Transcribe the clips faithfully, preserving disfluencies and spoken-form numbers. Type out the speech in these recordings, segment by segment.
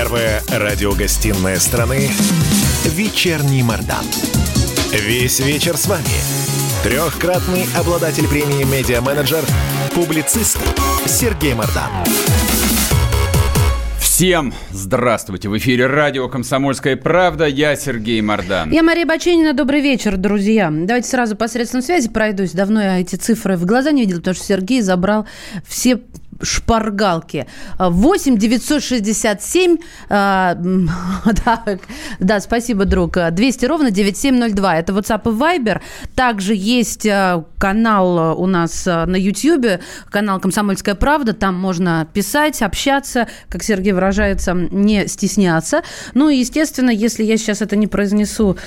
Первая радиогостинная страны «Вечерний Мардан». Весь вечер с вами. Трехкратный обладатель премии «Медиа-менеджер», публицист Сергей Мардан. Всем здравствуйте! В эфире радио «Комсомольская правда». Я Сергей Мардан. Я Мария Баченина. Добрый вечер, друзья. Давайте сразу посредством связи пройдусь. Давно я эти цифры в глаза не видела, потому что Сергей забрал все шпаргалки. восемь девятьсот шестьдесят семь э, да, да, спасибо, друг. двести ровно девяносто семь ноль два. Это WhatsApp и Viber. Также есть канал у нас на YouTube, канал «Комсомольская правда». Там можно писать, общаться, как Сергей выражается, не стесняться. Ну и, естественно, если я сейчас это не произнесу,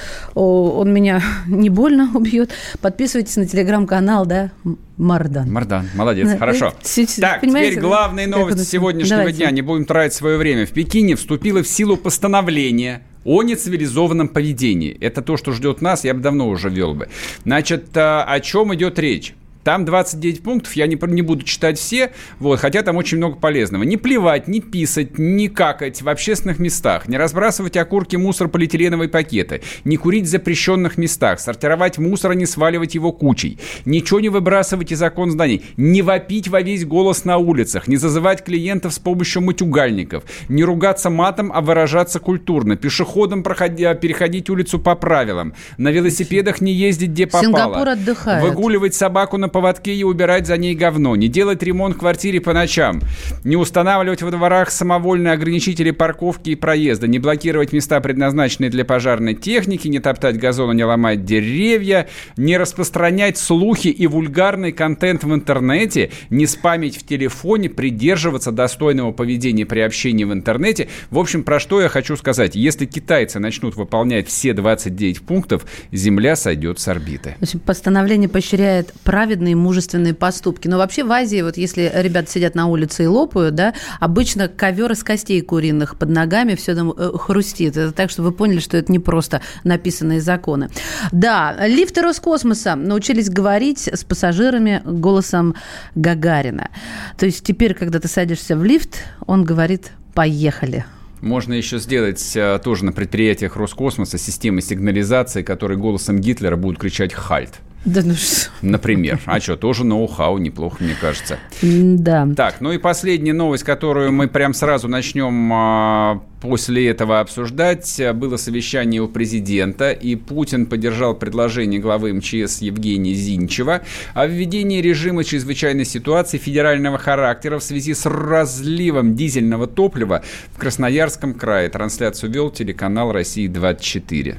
он меня не больно убьет. Подписывайтесь на телеграм-канал, да, Мардан. Мардан, молодец, да, хорошо. Так, понимаете, теперь главные новости сегодняшнего Давайте. дня. Не будем тратить свое время. В Пекине вступило в силу постановление о нецивилизованном поведении. Это то, что ждет нас, я бы давно уже вел бы. Значит, о чем идет речь? Там двадцать девять пунктов, я не, не буду читать все, вот, хотя там очень много полезного. Не плевать, не писать, не какать в общественных местах, не разбрасывать окурки, мусор, полиэтиленовые пакеты, не курить в запрещенных местах, сортировать мусор, а не сваливать его кучей, ничего не выбрасывать из окон зданий, не вопить во весь голос на улицах, не зазывать клиентов с помощью матюгальников, не ругаться матом, а выражаться культурно, пешеходам проходя, переходить улицу по правилам, на велосипедах не ездить где попало, Сингапур отдыхает. Выгуливать собаку на поводке и убирать за ней говно, не делать ремонт в квартире по ночам, не устанавливать во дворах самовольные ограничители парковки и проезда, не блокировать места, предназначенные для пожарной техники, не топтать газоны, не ломать деревья, не распространять слухи и вульгарный контент в интернете, не спамить в телефоне, придерживаться достойного поведения при общении в интернете. В общем, про что я хочу сказать. Если китайцы начнут выполнять все двадцать девять пунктов, Земля сойдет с орбиты. Постановление поощряет праведные и мужественные поступки. Но вообще в Азии, вот если ребята сидят на улице и лопают, да, обычно ковер из костей куриных под ногами все там хрустит. Это так, что вы поняли, что это не просто написанные законы. Да, лифты Роскосмоса научились говорить с пассажирами голосом Гагарина. То есть теперь, когда ты садишься в лифт, он говорит «поехали». Можно еще сделать а, тоже на предприятиях Роскосмоса системы сигнализации, которые голосом Гитлера будут кричать «Хальт». Да ну что? Например. А что, тоже ноу-хау, неплохо, мне кажется. Да. Так, ну и последняя новость, которую мы прям сразу начнем а, после этого обсуждать. Было совещание у президента, и Путин поддержал предложение главы эм че эс Евгения Зинчева о введении режима чрезвычайной ситуации федерального характера в связи с разливом дизельного топлива в Красноярском крае. Трансляцию вел телеканал «Россия двадцать четыре».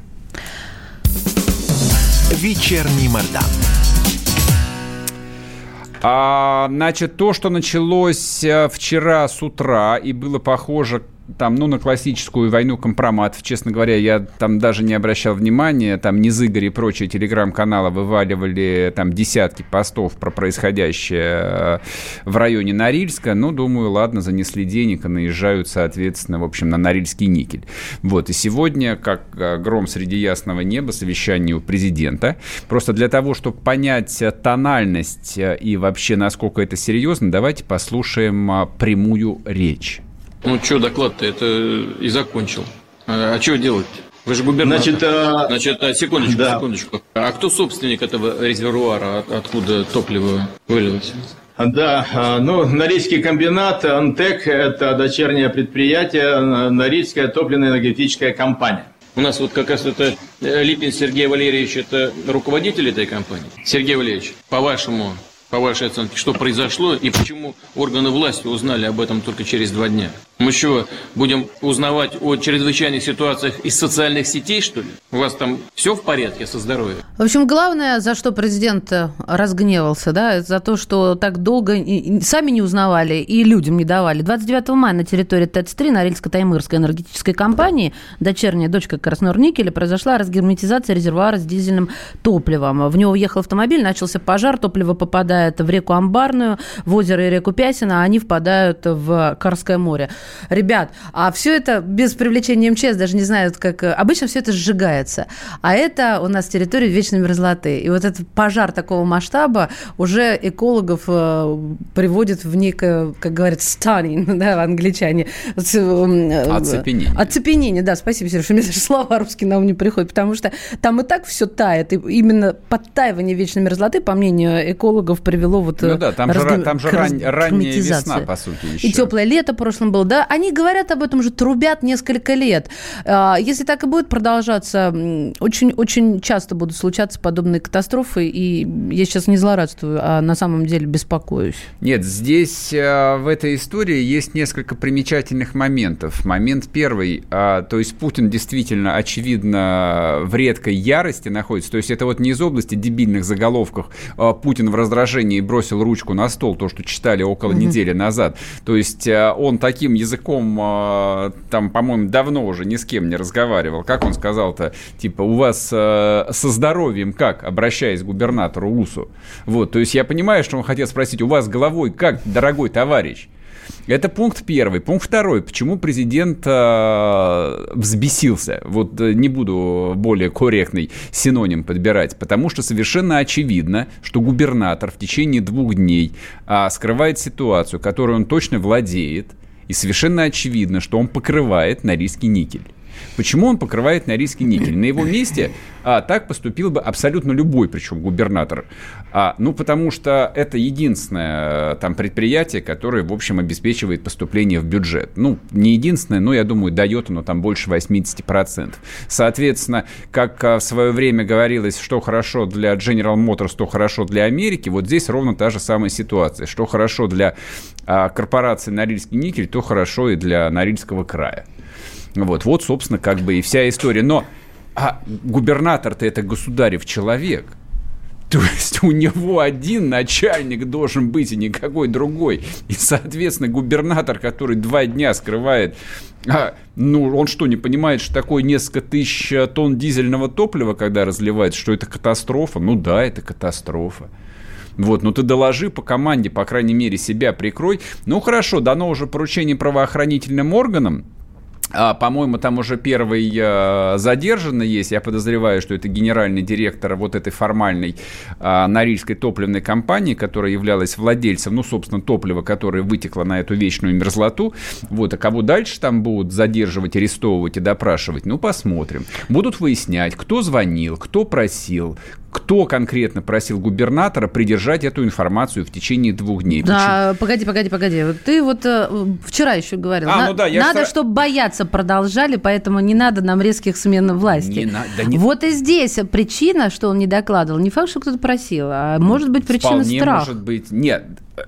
Вечерний Мардан. А, значит, то, что началось вчера с утра и было похоже там, ну, на классическую войну компроматов, честно говоря, я там даже не обращал внимания, там Низыгорь и прочие телеграм-каналы вываливали там десятки постов про происходящее в районе Норильска, ну, думаю, ладно, занесли денег и наезжают, соответственно, в общем, на Норильский никель. Вот, и сегодня, как гром среди ясного неба, совещание у президента, просто для того, чтобы понять тональность и вообще, насколько это серьезно, давайте послушаем прямую речь. Ну, что доклад-то, это и закончил. А, а что делать? Вы же губернатор. Значит, а... Значит а, секундочку, да. секундочку. А кто собственник этого резервуара, от, откуда топливо вылилось? Да, ну, Норильский комбинат, НТЭК, это дочернее предприятие, Норильская топливно-энергетическая компания. У нас вот как раз это Липин Сергей Валерьевич, это руководитель этой компании. Сергей Валерьевич, по-вашему... По вашей оценке, что произошло и почему органы власти узнали об этом только через два дня? Мы что, будем узнавать о чрезвычайных ситуациях из социальных сетей, что ли? У вас там все в порядке со здоровьем? В общем, главное, за что президент разгневался, да, за то, что так долго сами не узнавали и людям не давали. двадцать девятого мая на территории ТЭЦ-три Норильско-Таймырской энергетической компании, дочерняя дочка Краснорникеля, произошла разгерметизация резервуара с дизельным топливом. В него уехал автомобиль, начался пожар, топливо попадает в реку Амбарную, в озеро и реку Пясино, а они впадают в Карское море. ребят, а все это без привлечения эм че эс, даже не знают, как... Обычно все это сжигается. А это у нас территория вечной мерзлоты. И вот этот пожар такого масштаба уже экологов приводит в некое, как говорят, stunning, да, англичане. Оцепенение. Оцепенение, да, спасибо, Сереж, мне даже слова русские на ум не приходят, потому что там и так все тает. И именно подтаивание вечной мерзлоты, по мнению экологов, привело вот... Ну да, там разг... же, там же ран... ранняя весна, по сути, еще. И теплое лето в прошлом было, да. Они говорят об этом уже, трубят несколько лет. Если так и будет продолжаться, очень-очень часто будут случаться подобные катастрофы, и я сейчас не злорадствую, а на самом деле беспокоюсь. Нет, здесь в этой истории есть несколько примечательных моментов. Момент первый, то есть Путин действительно, очевидно, в редкой ярости находится, то есть это вот не из области дебильных заголовков «Путин в раздражении бросил ручку на стол», то, что читали около mm-hmm. недели назад. То есть он таким языком, там, по-моему, давно уже ни с кем не разговаривал. Как он сказал-то? Типа, у вас со здоровьем как? Обращаясь к губернатору Усу. Вот, то есть я понимаю, что он хотел спросить, у вас головой как, дорогой товарищ? Это пункт первый. Пункт второй. Почему президент э, взбесился? Вот э, не буду более корректный синоним подбирать. Потому что совершенно очевидно, что губернатор в течение двух дней э, скрывает ситуацию, которой он точно владеет. И совершенно очевидно, что он покрывает Норильский никель. Почему он покрывает Норильский никель? На его месте а, так поступил бы абсолютно любой, причем губернатор. А, ну, потому что это единственное там предприятие, которое, в общем, обеспечивает поступление в бюджет. Ну, не единственное, но, я думаю, дает оно там больше восемьдесят процентов. Соответственно, как а, в свое время говорилось, что хорошо для General Motors, то хорошо для Америки, вот здесь ровно та же самая ситуация. Что хорошо для а, корпорации Норильский никель, то хорошо и для Норильского края. Вот, вот, собственно, как бы и вся история. Но а губернатор-то это государев человек. То есть у него один начальник должен быть и никакой другой. И, соответственно, губернатор, который два дня скрывает... А, ну, он что, не понимает, что такое несколько тысяч тонн дизельного топлива, когда разливается, что это катастрофа? Ну да, это катастрофа. Вот, ну ты доложи по команде, по крайней мере, себя прикрой. Ну хорошо, дано уже поручение правоохранительным органам. А, по-моему, там уже первый э, задержанный есть. Я подозреваю, что это генеральный директор вот этой формальной э, Норильской топливной компании, которая являлась владельцем, ну, собственно, топлива, которое вытекло на эту вечную мерзлоту. Вот, а кого дальше там будут задерживать, арестовывать и допрашивать? Ну, посмотрим. Будут выяснять, кто звонил, кто просил, кто конкретно просил губернатора придержать эту информацию в течение двух дней. Да, почему? погоди, погоди, погоди. Ты вот э, вчера еще говорил, а, на, ну да, надо, что... чтобы бояться продолжали, поэтому не надо нам резких смен власти. Не на... да не... Вот и здесь причина, что он не докладывал. Не факт, что кто-то просил, а может быть причина Вполне страх. может быть. Нет,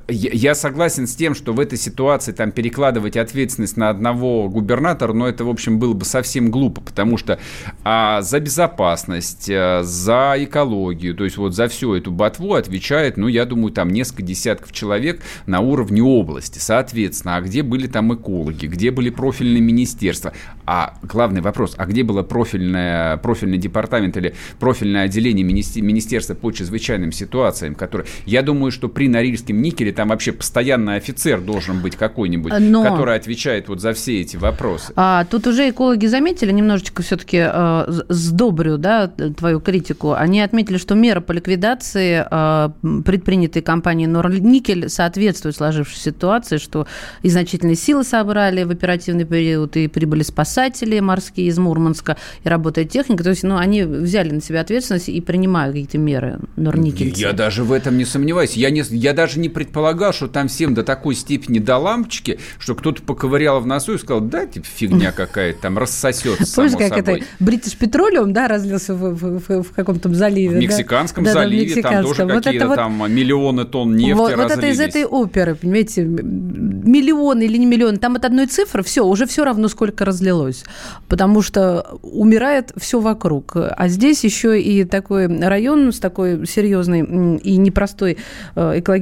я согласен с тем, что в этой ситуации там перекладывать ответственность на одного губернатора, но это, в общем, было бы совсем глупо, потому что а, за безопасность, а, за экологию, то есть вот за всю эту ботву отвечает, ну, я думаю, там несколько десятков человек на уровне области. Соответственно, а где были там экологи, где были профильные министерства? А главный вопрос, а где было профильное, профильный департамент или профильное отделение министерства по чрезвычайным ситуациям, которое, я думаю, что при Норильском никеле там вообще постоянный офицер должен быть какой-нибудь, Но... который отвечает вот за все эти вопросы. А, тут уже экологи заметили, немножечко все-таки э, сдобрю, да, твою критику. Они отметили, что меры по ликвидации, э, предпринятые компанией Норникель, соответствуют сложившейся ситуации, что и значительные силы собрали в оперативный период, и прибыли спасатели морские из Мурманска, и работает техника. То есть, ну, они взяли на себя ответственность и принимают какие-то меры Норникельцы. Я даже в этом не сомневаюсь. Я, не, я даже не предполагал, что там всем до такой степени до лампочки, что кто-то поковырял в носу и сказал, да, типа, фигня какая-то, там рассосется само собой. Помнишь, как это British Petroleum, да, разлился в, в, в, в каком-то заливе? В Мексиканском да? заливе, да, в Мексиканском. Там тоже вот какие-то вот, там миллионы тонн нефти вот, разлились. Вот это из этой оперы, понимаете, миллионы или не миллионы, там от одной цифры все, уже все равно сколько разлилось, потому что умирает все вокруг. А здесь еще и такой район с такой серьезной и непростой экологической ситуацией,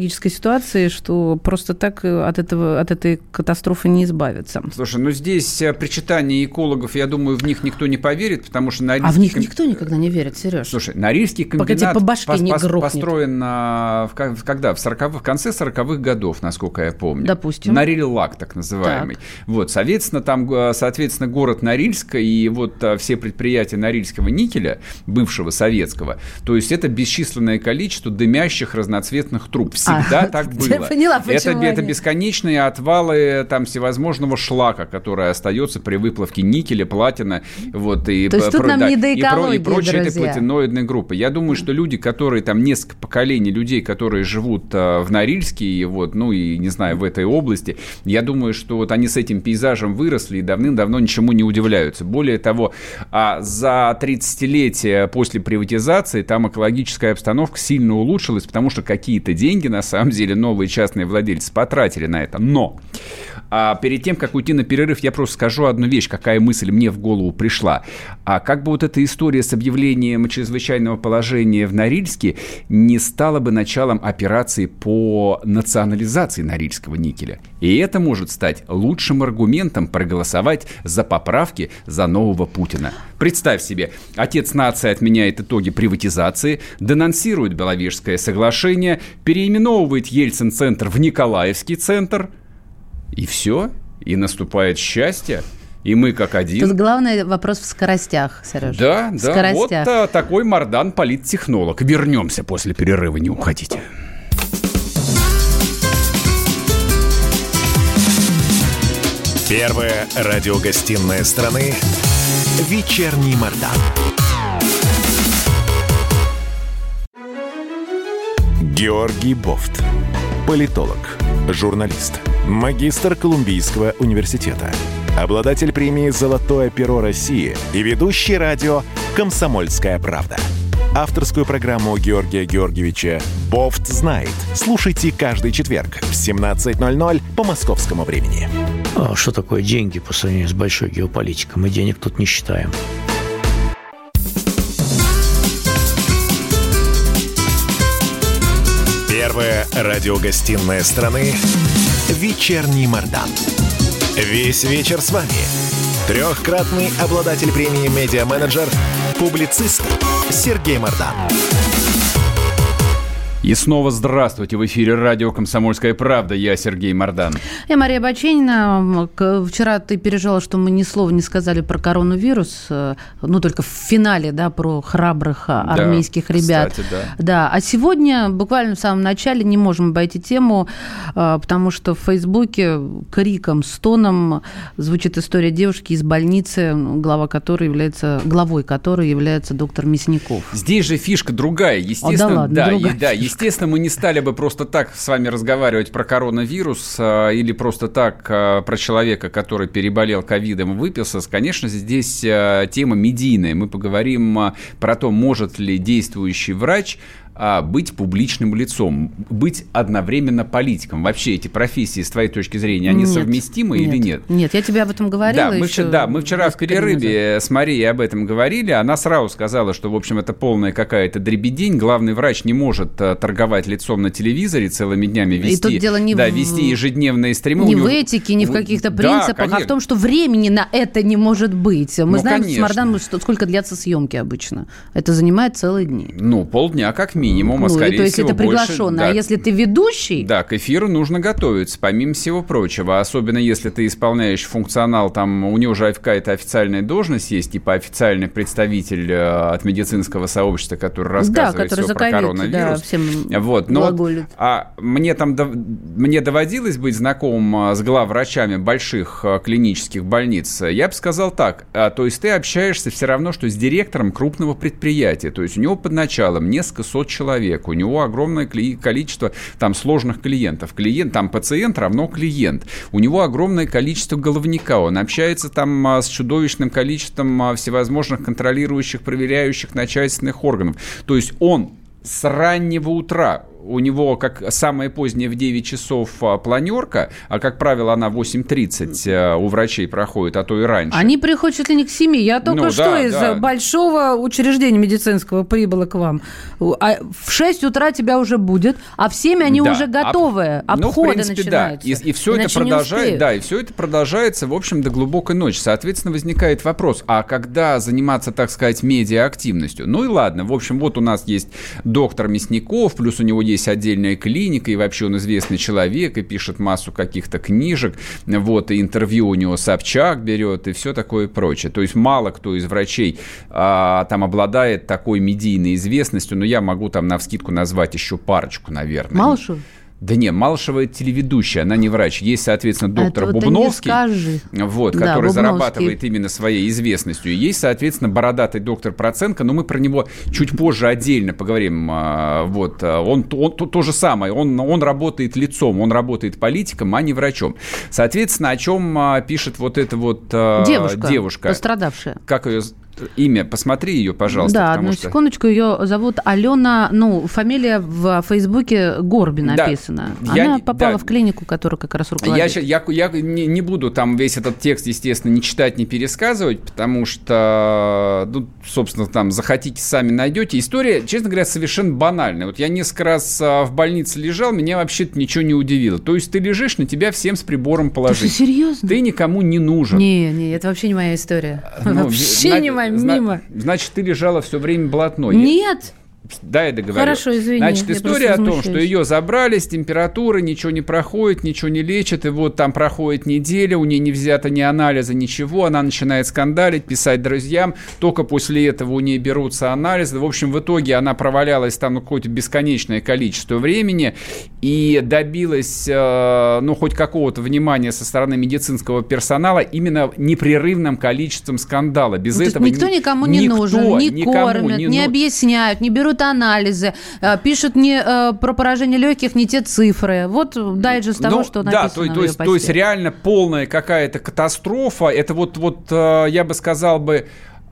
ситуации, что просто так от, этого, от этой катастрофы не избавиться. Слушай, ну здесь причитания экологов, я думаю, в них никто не поверит, потому что Норильский... А в них ком... никто никогда не верит, Сереж. Слушай, Норильский комбинат по башке не пос- построен в, когда? В, сороковых, в конце сороковых годов, насколько я помню. Допустим. Норильлак, так называемый. Так. Вот, соответственно, там, соответственно, город Норильск и вот все предприятия Норильского никеля, бывшего советского, то есть это бесчисленное количество дымящих разноцветных труб. Всегда а, так было. Я поняла, почему это, это бесконечные отвалы там всевозможного шлака, который остается при выплавке никеля, платина, вот, и, то есть про, тут нам да, не до экологии, и, про, и прочие друзья. этой платиноидной группы. Я думаю, что люди, которые там несколько поколений людей, которые живут а, в Норильске, и вот, ну и, не знаю, в этой области, я думаю, что вот они с этим пейзажем выросли и давным-давно ничему не удивляются. Более того, а, за тридцатилетие после приватизации там экологическая обстановка сильно улучшилась, потому что какие-то деньги, на самом деле, новые частные владельцы потратили на это. Но а перед тем, как уйти на перерыв, я просто скажу одну вещь, какая мысль мне в голову пришла. А как бы вот эта история с объявлением чрезвычайного положения в Норильске не стала бы началом операции по национализации норильского никеля. И это может стать лучшим аргументом проголосовать за поправки за нового Путина. Представь себе, отец нации отменяет итоги приватизации, денонсирует Беловежское соглашение, переименовывает Ельцин-центр в Николаевский центр, и все, и наступает счастье. И мы как один. Тут главный вопрос в скоростях, Сереж. Да, в да, скоростях. вот а, такой Мардан политтехнолог. Вернемся после перерыва, не уходите. Первая радиогостинная страны «Вечерний Мардан». Георгий Бофт. Политолог, журналист, магистр Колумбийского университета, обладатель премии «Золотое перо России» и ведущий радио «Комсомольская правда». Авторскую программу Георгия Георгиевича «Бофт знает». Слушайте каждый четверг в семнадцать ноль ноль по московскому времени. А что такое деньги по сравнению с большой геополитикой? Мы денег тут не считаем. Первая радиогостинная страны «Вечерний Мардан». Весь вечер с вами трехкратный обладатель премии «Медиа-менеджер», публицист Сергей Мардан. И снова здравствуйте. В эфире радио «Комсомольская правда». Я Сергей Мардан. Я Мария Баченина. Вчера ты переживала, что мы ни слова не сказали про коронавирус. Ну, только в финале, да, про храбрых армейских да, ребят. Кстати, да. Да. А сегодня, буквально в самом начале, не можем обойти тему, потому что в Фейсбуке криком, стоном звучит история девушки из больницы, глава которой является, главой которой является доктор Мясников. Здесь же фишка другая. Естественно, О, да ладно, да, другая и, да, естественно, мы не стали бы просто так с вами разговаривать про коронавирус а, или просто так а, про человека, который переболел ковидом и выписался. Конечно, здесь а, тема медийная. Мы поговорим а, про то, может ли действующий врач а, быть публичным лицом, быть одновременно политиком. Вообще эти профессии, с твоей точки зрения, они нет, совместимы нет, или нет? Нет, я тебе об этом говорила. Да, мы, вчера, да, мы вчера в перерыве с Марией об этом говорили. Она сразу сказала, что, в общем, это полная какая-то дребедень. Главный врач не может а, торговать лицом на телевизоре целыми днями, вести, и тут дело не да, в... вести ежедневные стримы. Не него... в этике, не в каких-то принципах, да, а в том, что времени на это не может быть. Мы ну, знаем конечно. с Марданом, что, сколько длятся съемки обычно. Это занимает целые дни. Ну, полдня как минимум, ну, а скорее то есть всего это приглашенный, больше, да. А если ты ведущий... Да, к эфиру нужно готовиться, помимо всего прочего. Особенно если ты исполняешь функционал, там у него уже какая-то официальная должность есть, типа официальный представитель от медицинского сообщества, который рассказывает да, который все про коронавирус. Да, всем вот. Но вот, а мне там мне доводилось быть знаком с главврачами больших клинических больниц. Я бы сказал так, то есть ты общаешься все равно, что с директором крупного предприятия. То есть у него под началом несколько сот человек, у него огромное количество там сложных клиентов. Клиент, там пациент равно клиент. У него огромное количество головника. Он общается там с чудовищным количеством всевозможных контролирующих, проверяющих начальственных органов. То есть он с раннего утра у него как самое позднее в девять часов планерка, а, как правило, она в восемь тридцать у врачей проходит, а то и раньше. Они приходят чуть ли не к семи. Я только ну, что да, из да. большого учреждения медицинского прибыла к вам. А в шесть утра тебя уже будет, а в семь они да. уже готовы. Об... Обходы ну, в принципе, начинаются. Да. И, и все Иначе это продолжает, да, и все это продолжается, в общем, до глубокой ночи. Соответственно, возникает вопрос, а когда заниматься, так сказать, медиа-активностью? Ну и ладно, в общем, вот у нас есть доктор Мясников, плюс у него есть отдельная клиника, и вообще он известный человек, и пишет массу каких-то книжек, вот, и интервью у него Собчак берет, и все такое прочее. То есть мало кто из врачей а, там обладает такой медийной известностью, но я могу там навскидку назвать еще парочку, наверное. Малышева? Да не, Малышева телеведущая, она не врач. Есть, соответственно, доктор а Бубновский, да, вот, который Бубновский. зарабатывает именно своей известностью. И есть, соответственно, бородатый доктор Проценко, но мы про него чуть позже отдельно поговорим. Вот, он, он то, то же самое, он, он работает лицом, он работает политиком, а не врачом. Соответственно, о чем пишет вот эта вот девушка, девушка пострадавшая. Как ее имя? Посмотри ее, пожалуйста. Да, одну что... секундочку. Ее зовут Алена, ну, фамилия в Фейсбуке Горбин да. написана. Она я, попала да. в клинику, которая как раз руководит. Я, я, я не, не буду там весь этот текст, естественно, не читать, не пересказывать, потому что, ну, собственно, там захотите, сами найдете. История, честно говоря, совершенно банальная. Вот я несколько раз в больнице лежал, меня вообще-то ничего не удивило. То есть ты лежишь, на тебя всем с прибором положить. Ты серьезно? Ты никому не нужен. Не, не, это вообще не моя история. Ну, вообще зна- не моя, зна- мимо. Значит, ты лежала все время блатной. Нет. Да, я договорю. Хорошо, извини. Значит, история о том, что ее забрали с температурой, ничего не проходит, ничего не лечат, и вот там проходит неделя, у нее не взято ни анализа, ничего, она начинает скандалить, писать друзьям, только после этого у нее берутся анализы. В общем, в итоге она провалялась там какое-то бесконечное количество времени и добилась, э, ну, хоть какого-то внимания со стороны медицинского персонала именно непрерывным количеством скандала. Без ну, этого никто никому не никто, нужен, не кормят, не, не ну... объясняют, не берут анализы, пишут не э, про поражение легких, не те цифры. Вот дайджест того, ну, что да, написано то, в то, есть, то есть реально полная какая-то катастрофа. Это вот, вот я бы сказал бы,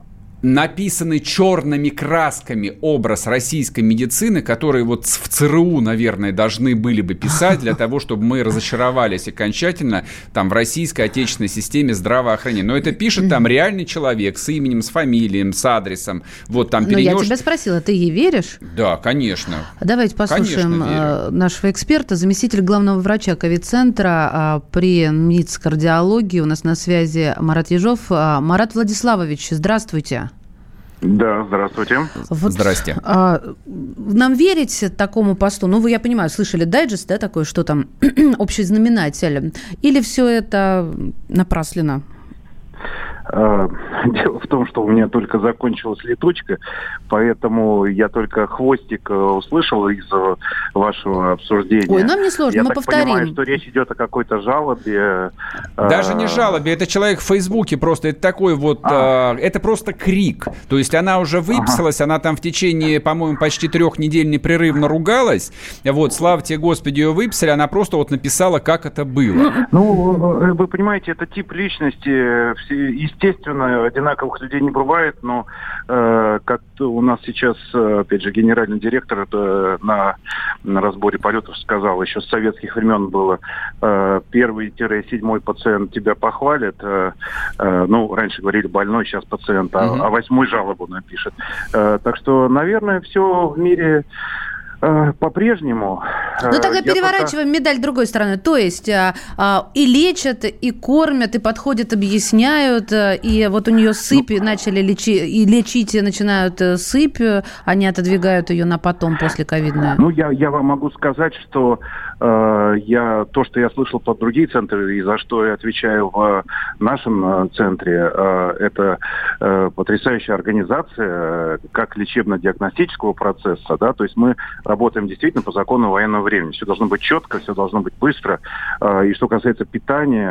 написанный черными красками образ российской медицины, который вот в ЦРУ, наверное, должны были бы писать для того, чтобы мы разочаровались окончательно там в российской отечественной системе здравоохранения. Но это пишет там реальный человек с именем, с фамилией, с адресом. Вот там перенес... Но я тебя спросила, ты ей веришь? Да, конечно. Давайте послушаем конечно, нашего эксперта, заместитель главного врача ковид-центра при МИЦ кардиологии. У нас на связи Марат Ежов. Марат Владиславович, здравствуйте. Да, здравствуйте. Вот, Здрасте. А, нам верить такому посту? Ну, вы, я понимаю, слышали дайджест, да, такой, что там общий знаменатель? Или все это напраслено? Дело в том, что у меня только закончилась летучка, поэтому я только хвостик услышал из вашего обсуждения. Ой, нам не сложно, я мы так повторим. Я понимаю, что речь идет о какой-то жалобе. Даже не жалобе, это человек в Фейсбуке просто, это такой вот, а. э, это просто крик. То есть она уже выписалась, ага. она там в течение, по-моему, почти трех недель непрерывно ругалась. Вот, слава тебе, Господи, ее выписали, она просто вот написала, как это было. Ну, вы понимаете, это тип личности, естественно, одинаковых людей не бывает, но э, как у нас сейчас, опять же, генеральный директор э, на, на разборе полетов сказал, еще с советских времен было, э, первый-седьмой пациент тебя похвалит, э, э, ну, раньше говорили больной, сейчас пациент, а, угу. а восьмой жалобу напишет. Э, так что, наверное, все в мире... по-прежнему. Ну тогда переворачиваем пока... медаль другой стороны. То есть а, а, и лечат, и кормят, и подходят, объясняют, и вот у нее сыпь, ну, начали лечить, и лечить начинают сыпь, они отодвигают ее на потом, после ковидную. Ну, я, я вам могу сказать, что э, я то, что я слышал под другие центры, и за что я отвечаю в нашем центре, э, это э, потрясающая организация как лечебно-диагностического процесса, да, то есть мы работаем действительно по закону военного времени. Все должно быть четко, все должно быть быстро. И что касается питания,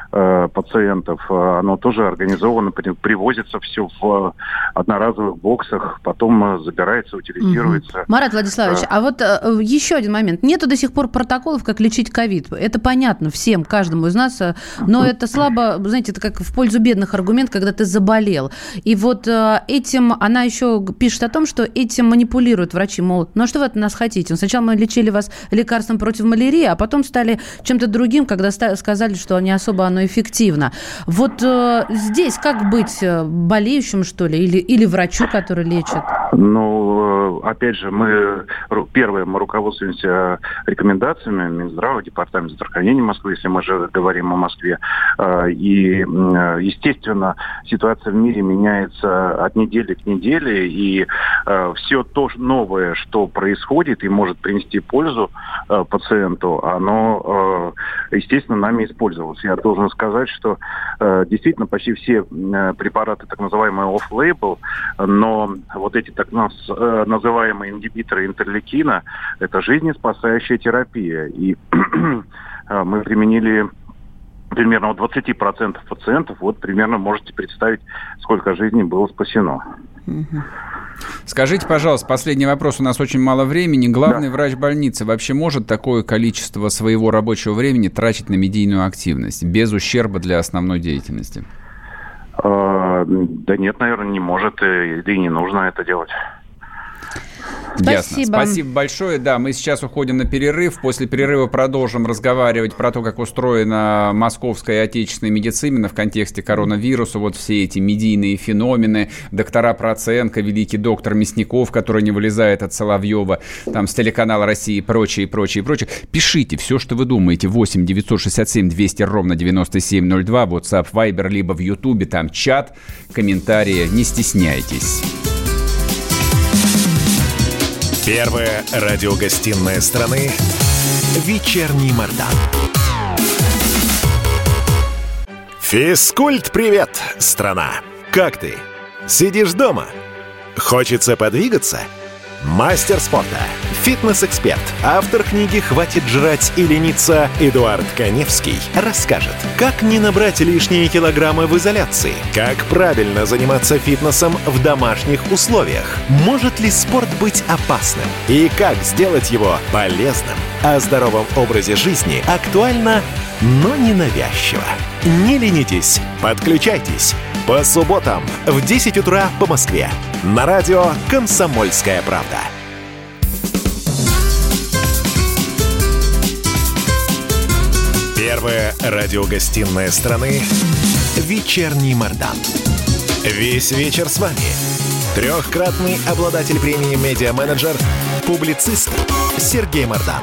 э, пациентов, оно тоже организовано, привозится все в одноразовых боксах, потом забирается, утилизируется. Угу. Марат Владиславович, а, а вот э, еще один момент. Нету до сих пор протоколов, как лечить ковид. Это понятно всем, каждому из нас, но это слабо, знаете, это как в пользу бедных аргумент, когда ты заболел. И вот э, этим, она еще пишет о том, что этим манипулируют врачи, мол, ну а что вы от нас хотите? Сначала мы лечили вас лекарством против малярии, а потом стали чем-то другим, когда ста- сказали, что не особо оно эффективно. Вот э, здесь как быть, болеющим, что ли, или, или врачу, который лечит? Ну, опять же, мы, первое, мы руководствуемся рекомендациями Минздрава, Департамента здравоохранения Москвы, если мы же говорим о Москве. И, естественно, ситуация в мире меняется от недели к неделе, и все то новое, что происходит и может принести пользу пациенту, оно, естественно, нами использовалось. Я должен сказать, что действительно почти все препараты, так называемые off-label, но вот эти так называемые ингибиторы интерлейкина, это жизнеспасающая терапия. И мы применили примерно у двадцать процентов пациентов, вот примерно можете представить, сколько жизней было спасено. Скажите, пожалуйста, последний вопрос, у нас очень мало времени. Главный да. врач больницы вообще может такое количество своего рабочего времени тратить на медийную активность без ущерба для основной деятельности? Да нет, наверное, не может, да и не нужно это делать. Ясно. Спасибо. Спасибо большое. Да, мы сейчас уходим на перерыв. После перерыва продолжим разговаривать про то, как устроена московская и отечественная медицина в контексте коронавируса. Вот все эти медийные феномены. Доктора Проценко, великий доктор Мясников, который не вылезает от Соловьева, там, с телеканала России и прочее, и прочее, и прочее. Пишите все, что вы думаете. восемь девятьсот шестьдесят семь двести ровно девяносто семь ноль два. WhatsApp, Viber, либо в Ютубе. Там чат, комментарии. Не стесняйтесь. Первая радиогостинная страны «Вечерний Мордан». Физкульт-привет, страна! Как ты? Сидишь дома? Хочется подвигаться? Мастер спорта, фитнес-эксперт, автор книги «Хватит жрать и лениться» Эдуард Каневский расскажет, как не набрать лишние килограммы в изоляции, как правильно заниматься фитнесом в домашних условиях, может ли спорт быть опасным и как сделать его полезным. О здоровом образе жизни актуально, но не навязчиво. Не ленитесь, подключайтесь. По субботам в десять утра по Москве. На радио «Комсомольская правда». Первая радиогостинная страны «Вечерний Мордан». Весь вечер с вами. Трехкратный обладатель премии «Медиа-менеджер», публицист Сергей Мордан.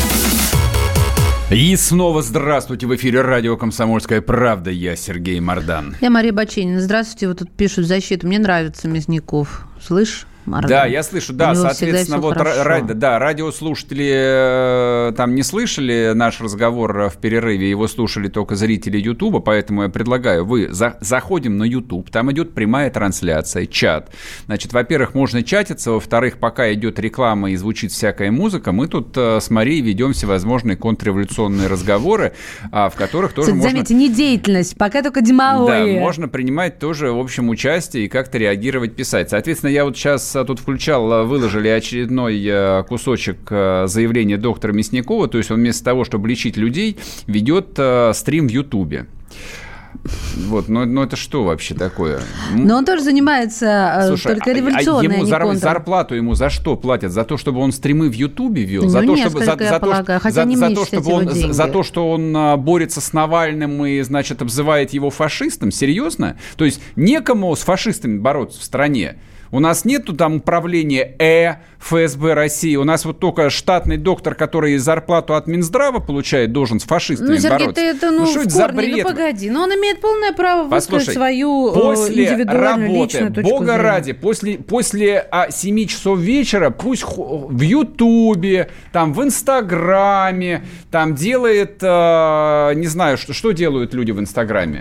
И снова здравствуйте, в эфире радио «Комсомольская правда». Я Сергей Мордан. Я Мария Баченина. Здравствуйте. Вот тут пишут защиту. Мне нравится Мясников. Слышь? Мордан. Да, я слышу, да, соответственно, вот ра- да, радиослушатели э, там не слышали наш разговор в перерыве, его слушали только зрители Ютуба, поэтому я предлагаю, вы за- заходим на Ютуб, там идет прямая трансляция, чат. Значит, во-первых, можно чатиться, во-вторых, пока идет реклама и звучит всякая музыка, мы тут э, с Марией ведем всевозможные контрреволюционные разговоры, а, в которых тоже Кстати, можно... Заметьте, не деятельность, пока только демагогия. Да, можно принимать тоже, в общем, участие и как-то реагировать, писать. Соответственно, я вот сейчас тут включал, выложили очередной кусочек заявления доктора Мясникова, то есть он вместо того, чтобы лечить людей, ведет стрим в Ютубе. Вот, но, но это что вообще такое? Но он тоже занимается Слушай, только революционной, а ему а не зар, контр. Зарплату ему за что платят? За то, чтобы он стримы в Ютубе вел? Ну, за, то, несколько, чтобы, за, я за, полагаю, то, хотя за, не за, меньше, то, чтобы кстати, он, его деньги. за то, что он борется с Навальным и, значит, обзывает его фашистом? Серьезно? То есть некому с фашистами бороться в стране? У нас нету там управления Э, ФСБ России. У нас вот только штатный доктор, который зарплату от Минздрава получает, должен с фашистами ну, Сергей, бороться. Ты это, ну, ну, в что это за корне, бред? Ну, погоди. Но он имеет полное право Послушай, высказать свою после индивидуальную, работы, личную точку бога зрения. ради, после, после а, семи часов вечера пусть в Ютубе, там, в Инстаграме, там делает, а, не знаю, что, что делают люди в Инстаграме.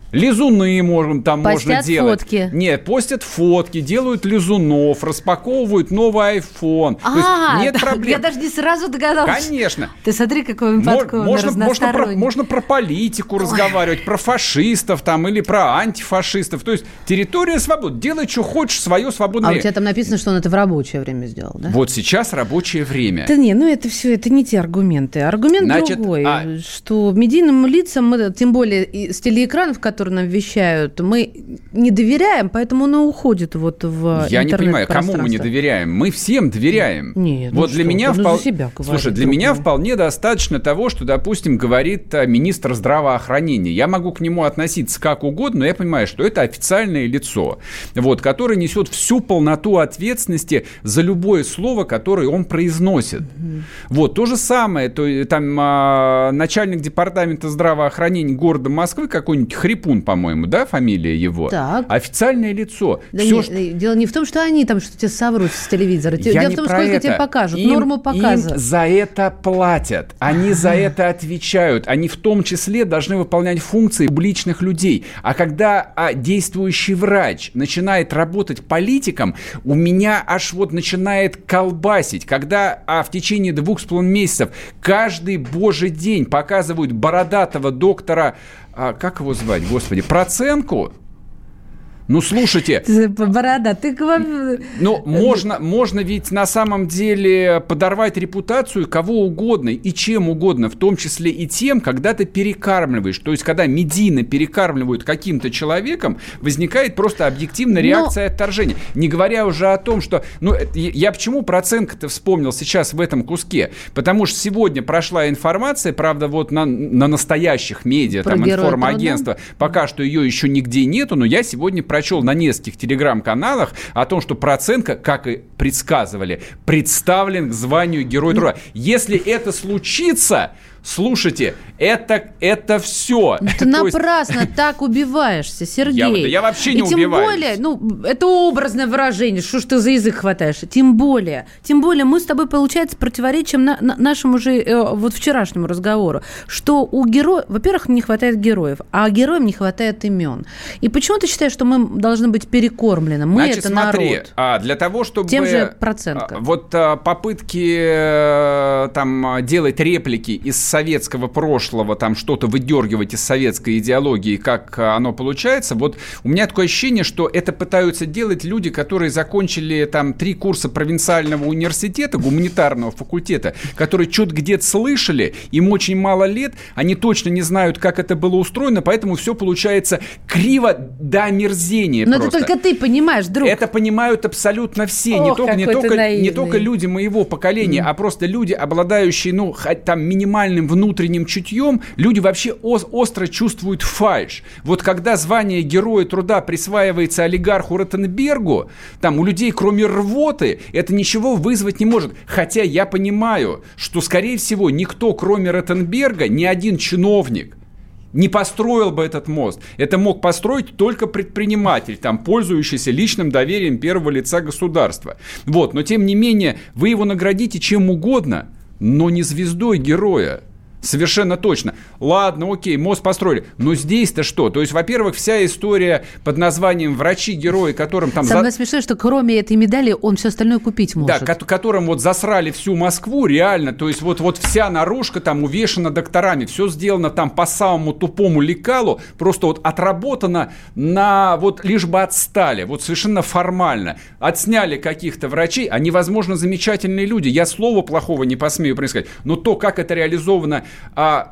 Лизуны можем, там постят можно делать. Фотки. Нет, постят фотки, делают лизунов, распаковывают новый айфон. А, То есть нет проблем. Я даже не сразу догадалась. Конечно. Ты смотри, какой он подкованный, можно, можно, про, разносторонний. можно про политику Ой. разговаривать, про фашистов там, или про антифашистов. То есть территория свободы. Делай, что хочешь, свое свободное А время. у тебя там написано, что он это в рабочее время сделал, да? Вот сейчас рабочее время. Да не, ну это все, это не те аргументы. Аргумент Значит, другой, а... что медийным лицам, мы, тем более и с телеэкранов, которые нам вещают, мы не доверяем, поэтому он и уходит вот в Я не понимаю, кому мы не доверяем? Мы всем доверяем. Нет, вот ну для что, меня ну впол... за себя говорит, Слушай, для другой. меня вполне достаточно того, что, допустим, говорит министр здравоохранения. Я могу к нему относиться как угодно, но я понимаю, что это официальное лицо, вот, которое несет всю полноту ответственности за любое слово, которое он произносит. Mm-hmm. Вот, то же самое, то, там, а, начальник департамента здравоохранения города Москвы, какой-нибудь Хрипун, по-моему, да, фамилия его? Так. Официальное лицо. Да Все, не, что... Дело не в том, что они там что-то соврут с телевизора. Я Дело не в том, про сколько это. тебе покажут, им, норму показа. Им за это платят. Они за это отвечают. Они в том числе должны выполнять функции публичных людей. А когда а, действующий врач начинает работать политиком, у меня аж вот начинает колбасить. Когда а, в течение двух с половиной месяцев каждый божий день показывают бородатого доктора, а, как его звать, господи, Проценко. Ну, слушайте... Борода, ты... Ну, можно, можно ведь на самом деле подорвать репутацию кого угодно и чем угодно, в том числе и тем, когда ты перекармливаешь. То есть, когда медийно перекармливают каким-то человеком, возникает просто объективная реакция Но... отторжения. Не говоря уже о том, что... Ну, я почему Проценко-то вспомнил сейчас в этом куске? Потому что сегодня прошла информация, правда, вот на, на настоящих медиа, Про там, информагентства, пока что ее еще нигде нету, но я сегодня про прочел на нескольких телеграм-каналах о том, что Проценко, как и предсказывали, представлен к званию Героя труда. Если это случится, слушайте, это, это все. Ты напрасно есть... так убиваешься, Сергей. Я, я вообще не и тем убиваюсь. более, ну, это образное выражение, что ж ты за язык хватаешь. Тем более, тем более мы с тобой, получается, противоречим на, на нашему же э, вот вчерашнему разговору, что у героев, во-первых, не хватает героев, а героям не хватает имен. И почему ты считаешь, что мы должны быть перекормлены? Мы Значит, это смотри, народ. А, для того, чтобы... Тем же Проценко. А, вот а, попытки а, там делать реплики из советского прошлого, там что-то выдергивать из советской идеологии, как оно получается, вот у меня такое ощущение, что это пытаются делать люди, которые закончили там три курса провинциального университета, гуманитарного факультета, которые что-то где-то слышали, им очень мало лет, они точно не знают, как это было устроено, поэтому все получается криво до омерзения. Но просто. это только ты понимаешь, друг. Это понимают абсолютно все, Ох, не, только, не, только, не только люди моего поколения, mm. а просто люди, обладающие, ну, там, минимальным внутренним чутьем, люди вообще ос- остро чувствуют фальшь. Вот когда звание Героя труда присваивается олигарху Ротенбергу, там у людей, кроме рвоты, это ничего вызвать не может. Хотя я понимаю, что, скорее всего, никто, кроме Ротенберга, ни один чиновник не построил бы этот мост. Это мог построить только предприниматель, там, пользующийся личным доверием первого лица государства. Вот. Но, тем не менее, вы его наградите чем угодно, но не звездой героя. Совершенно точно. Ладно, окей, мост построили. Но здесь-то что? То есть, во-первых, вся история под названием «Врачи-герои», которым там... Самое за... смешное, что кроме этой медали он все остальное купить может. Да, ко- которым вот засрали всю Москву, реально. То есть, вот, вот вся наружка там увешана докторами. Все сделано там по самому тупому лекалу. Просто вот отработано на... Вот лишь бы отстали. Вот совершенно формально. Отсняли каких-то врачей. Они, возможно, замечательные люди. Я слова плохого не посмею произносить. Но то, как это реализовано а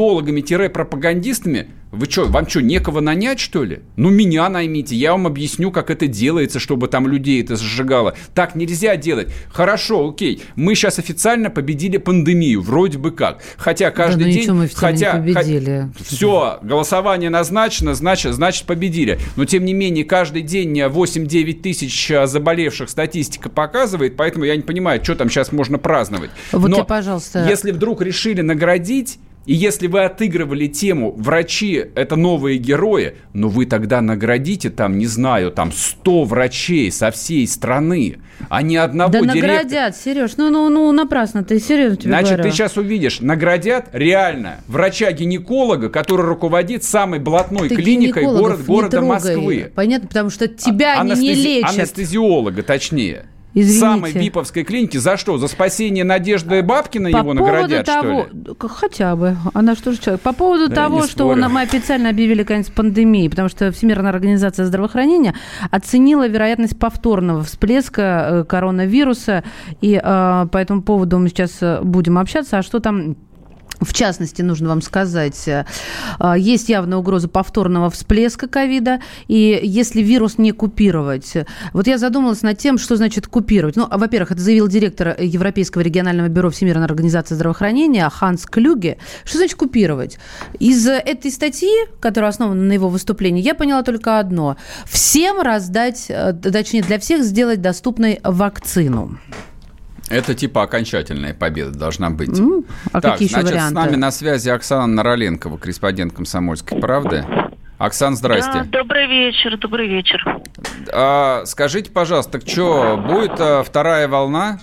идеологами-пропагандистами, вы что, вам что, некого нанять, что ли? Ну, меня наймите, я вам объясню, как это делается, чтобы там людей это сжигало. Так нельзя делать. Хорошо, окей, мы сейчас официально победили пандемию, вроде бы как. Хотя каждый да, ну день... ничего, мы хотя, не победили. Х... Все, голосование назначено, значит, значит победили. Но, тем не менее, каждый день восемь-девять тысяч заболевших статистика показывает, поэтому я не понимаю, что там сейчас можно праздновать. Вот Но ты, пожалуйста... если вдруг решили наградить И если вы отыгрывали тему «врачи – это новые герои», ну вы тогда наградите там, не знаю, там сто врачей со всей страны, а не одного да директора. Да наградят, Сереж, ну, ну, ну напрасно, ты серьезно тебе Значит, говорю. ты сейчас увидишь, наградят реально врача-гинеколога, который руководит самой блатной ты клиникой город, города трогай. Москвы. Понятно, потому что тебя а- они анестези... не лечат. Анестезиолога, точнее. Извините. Самой виповской клиники. За что? За спасение Надежды Бабкина По его наградят, того, что ли? Хотя бы. Она что же человек? По поводу да того, что спорю. мы официально объявили конец пандемии, потому что Всемирная организация здравоохранения оценила вероятность повторного всплеска коронавируса. И э, по этому поводу мы сейчас будем общаться. А что там... В частности, нужно вам сказать, есть явная угроза повторного всплеска ковида, и если вирус не купировать... Вот я задумалась над тем, что значит купировать. Ну, во-первых, это заявил директор Европейского регионального бюро Всемирной организации здравоохранения Ханс Клюге. Что значит купировать? Из этой статьи, которая основана на его выступлении, я поняла только одно. Всем раздать, точнее, для всех сделать доступной вакцину. Это типа окончательная победа должна быть. Mm, а так, какие еще значит, варианты? с нами на связи Оксана Нароленкова, корреспондент «Комсомольской правды». Оксан, здрасте. Да, добрый вечер, добрый вечер. А, скажите, пожалуйста, так что, будет а, вторая волна?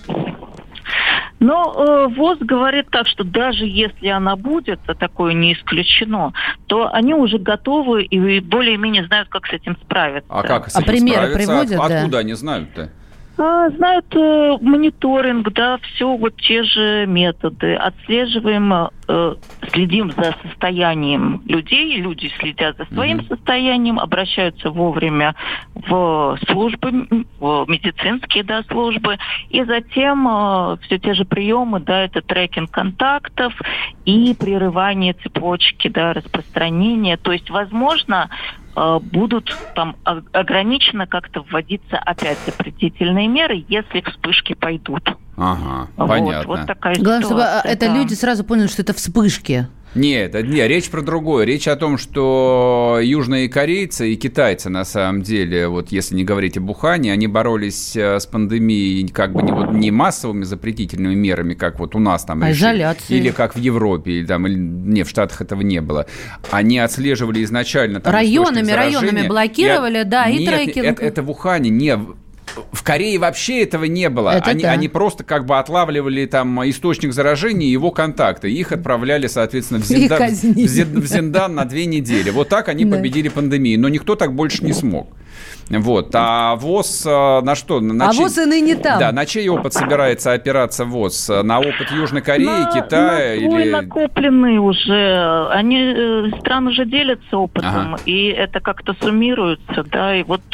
Но э, ВОЗ говорит так, что даже если она будет, а такое не исключено, то они уже готовы и более-менее знают, как с этим справиться. А как с а этим примеры справиться? приводят, От, да? Откуда они знают-то? Знают э, мониторинг, да, все вот те же методы. Отслеживаем, э, следим за состоянием людей, люди следят за своим mm-hmm. состоянием, обращаются вовремя в службы, в медицинские, да, службы, и затем э, все те же приемы, да, это трекинг контактов и прерывание цепочки, да, распространения. То есть, возможно, будут там ограниченно как-то вводиться опять запретительные меры, если вспышки пойдут. Ага, вот, понятно. Вот такая Главное, ситуация, чтобы это да. люди сразу поняли, что это вспышки. Нет, нет, речь про другое. Речь о том, что южные корейцы и китайцы, на самом деле, вот если не говорить об Ухане, они боролись с пандемией как бы не, вот, не массовыми запретительными мерами, как вот у нас там. А решили, изоляцией. Или как в Европе, или там, или, не, в Штатах этого не было. Они отслеживали изначально... Там, районами, районами блокировали, и, да, и нет, трекинг. Это, это в Ухане, не... В Корее вообще этого не было. Они, да. они просто как бы отлавливали там источник заражения и его контакты. Их отправляли, соответственно, в Зиндан, в Зиндан, в Зиндан на две недели. Вот так они да. победили пандемию. Но никто так больше не смог. Вот. А ВОЗ на что? На а чей... ВОЗ и ныне там. Да, на чей опыт собирается опираться ВОЗ? На опыт Южной Кореи, на, На Китая? свой или... накопленный уже. Они, страны уже делятся опытом, ага. и это как-то суммируется, да, и вот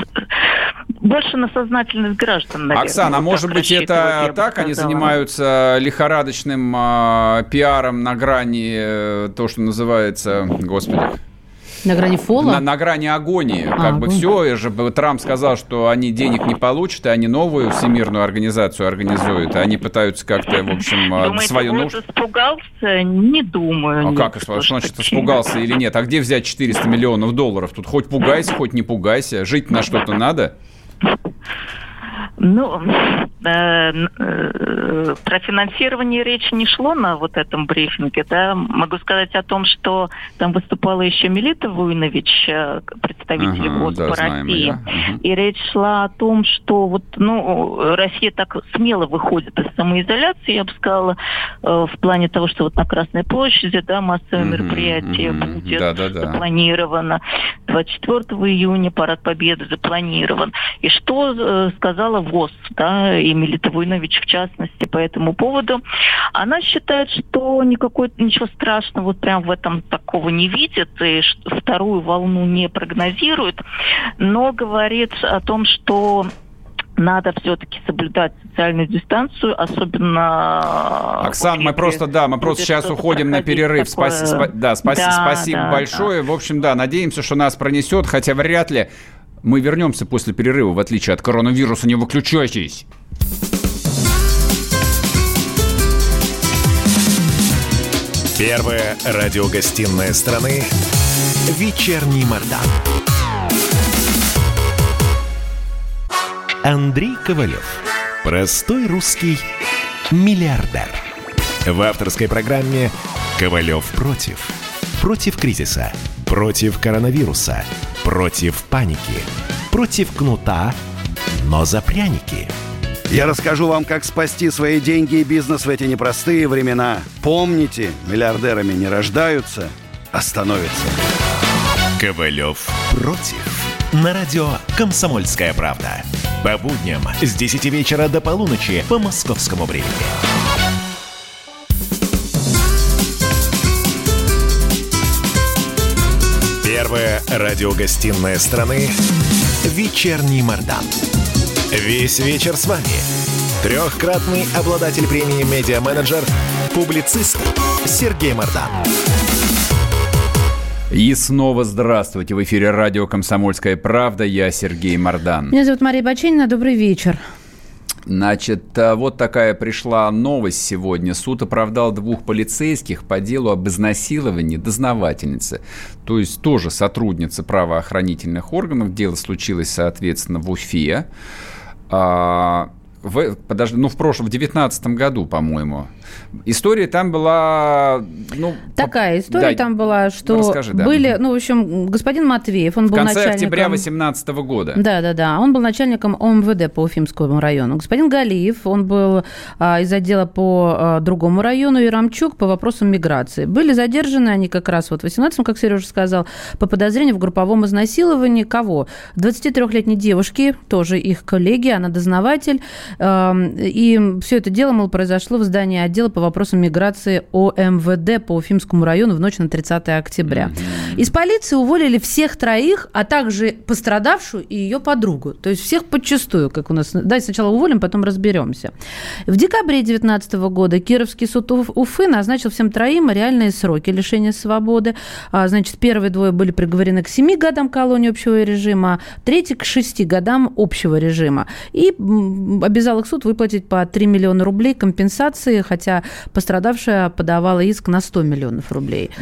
больше на сознательность граждан, наверное. Оксана, а может быть это так? Они занимаются лихорадочным э, пиаром на грани, э, то, что называется, господи... На грани фола? На, на грани агонии. А, как бы ну. все, же Трамп сказал, что они денег не получат, и они новую всемирную организацию организуют. Они пытаются как-то, в общем, Думаете, свою нужду... испугался? Не думаю. А как, что значит, испугался или нет? А где взять четыреста миллионов долларов? Тут хоть пугайся, хоть не пугайся. Жить на что-то надо? Ну, э, э, про финансирование речи не шло на вот этом брифинге, да. Могу сказать о том, что там выступала еще Мелита Вуйнович, представитель ага, ВОЗ да, по России. Угу. И речь шла о том, что вот, ну, Россия так смело выходит из самоизоляции, я бы сказала, э, в плане того, что вот на Красной площади, да, массовое угу, мероприятие угу, будет да, да, да. запланировано. двадцать четвёртого июня парад Победы запланирован. И что э, сказала ВОЗ, да, и Мелита Вуйнович в частности по этому поводу. Она считает, что никакой, ничего страшного вот прям в этом такого не видит, и вторую волну не прогнозирует, но говорит о том, что надо все-таки соблюдать социальную дистанцию, особенно... Оксан, мы просто, да, мы просто сейчас уходим на перерыв. Такое... Спаси, спа... Да, спаси, да, спасибо да, большое. Да. В общем, да, надеемся, что нас пронесет, хотя вряд ли. Мы вернемся после перерыва, в отличие от коронавируса. Не выключайтесь. Первая радиогостинная страны «Вечерний Мордан». Андрей Ковалев. Простой русский миллиардер. В авторской программе Ковалев против. Против кризиса. Против коронавируса. Против паники. Против кнута, но за пряники. Я расскажу вам, как спасти свои деньги и бизнес в эти непростые времена. Помните, миллиардерами не рождаются, а становятся. Ковалев против. На радио «Комсомольская правда». По будням с десяти вечера до полуночи по московскому времени. Первая радиогостинная страны «Вечерний Мардан». Весь вечер с вами. Трехкратный обладатель премии «Медиа-менеджер», публицист Сергей Мардан. И снова здравствуйте. В эфире радио «Комсомольская правда». Я Сергей Мардан. Меня зовут Мария Баченина. Добрый вечер. Значит, вот такая пришла новость сегодня. Суд оправдал двух полицейских по делу об изнасиловании дознавательницы. То есть тоже сотрудницы правоохранительных органов. Дело случилось, соответственно, в Уфе. А, в, подожди, ну, в прошлом, в девятнадцатом году, по-моему. История там была... Ну, Такая по... история да, там была, что расскажи, да. были... Ну, в общем, господин Матвеев, он в был начальником... В конце начальником... октября двадцатого года. Да-да-да, он был начальником ОМВД по Уфимскому району. Господин Галиев, он был а, из отдела по а, другому району, и Рамчук по вопросам миграции. Были задержаны они как раз вот в восемнадцатом, как Сережа сказал, по подозрению в групповом изнасиловании. Кого? двадцатитрёхлетней девушки, тоже их коллеги, она дознаватель. А, и все это дело, мол, произошло в здании отдела по вопросам миграции ОМВД по Уфимскому району в ночь на тридцатое октября. Mm-hmm. Из полиции уволили всех троих, а также пострадавшую и ее подругу. То есть всех подчистую, как у нас. Давайте сначала уволим, потом разберемся. В декабре две тысячи девятнадцатого года Кировский суд Уфы назначил всем троим реальные сроки лишения свободы. Значит, первые двое были приговорены к семи годам колонии общего режима, третий к шести годам общего режима. И обязал их суд выплатить по три миллиона рублей компенсации, хотя пострадавшая подавала иск на сто миллионов рублей.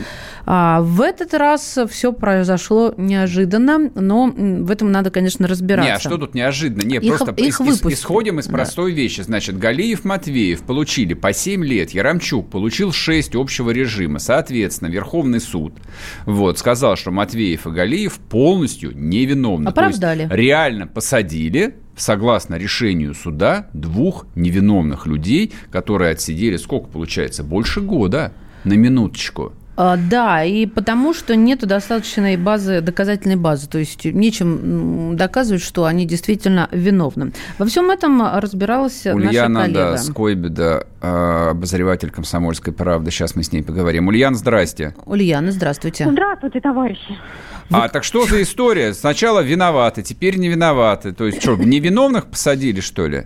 А в этот раз все произошло неожиданно, но в этом надо, конечно, разбираться. Не, а что тут неожиданно? Не, их, просто их ис- исходим из да. простой вещи. Значит, Галиев, Матвеев получили по семь лет, Яремчук получил шесть общего режима. Соответственно, Верховный суд вот, сказал, что Матвеев и Галиев полностью невиновны. Оправдали. То есть реально посадили, согласно решению суда, двух невиновных людей, которые отсидели, сколько получается, больше года, на минуточку. А, да, и потому что нету достаточной базы, доказательной базы, то есть нечем доказывать, что они действительно виновны. Во всем этом разбиралась Ульяна, наша коллега. Да, Скойбеда, обозреватель «Комсомольской правды». Сейчас мы с ней поговорим. Ульяна, здрасте. Ульяна, здравствуйте. Здравствуйте, товарищи. А, так что за история? Сначала виноваты, теперь не виноваты. То есть что, невиновных посадили, что ли?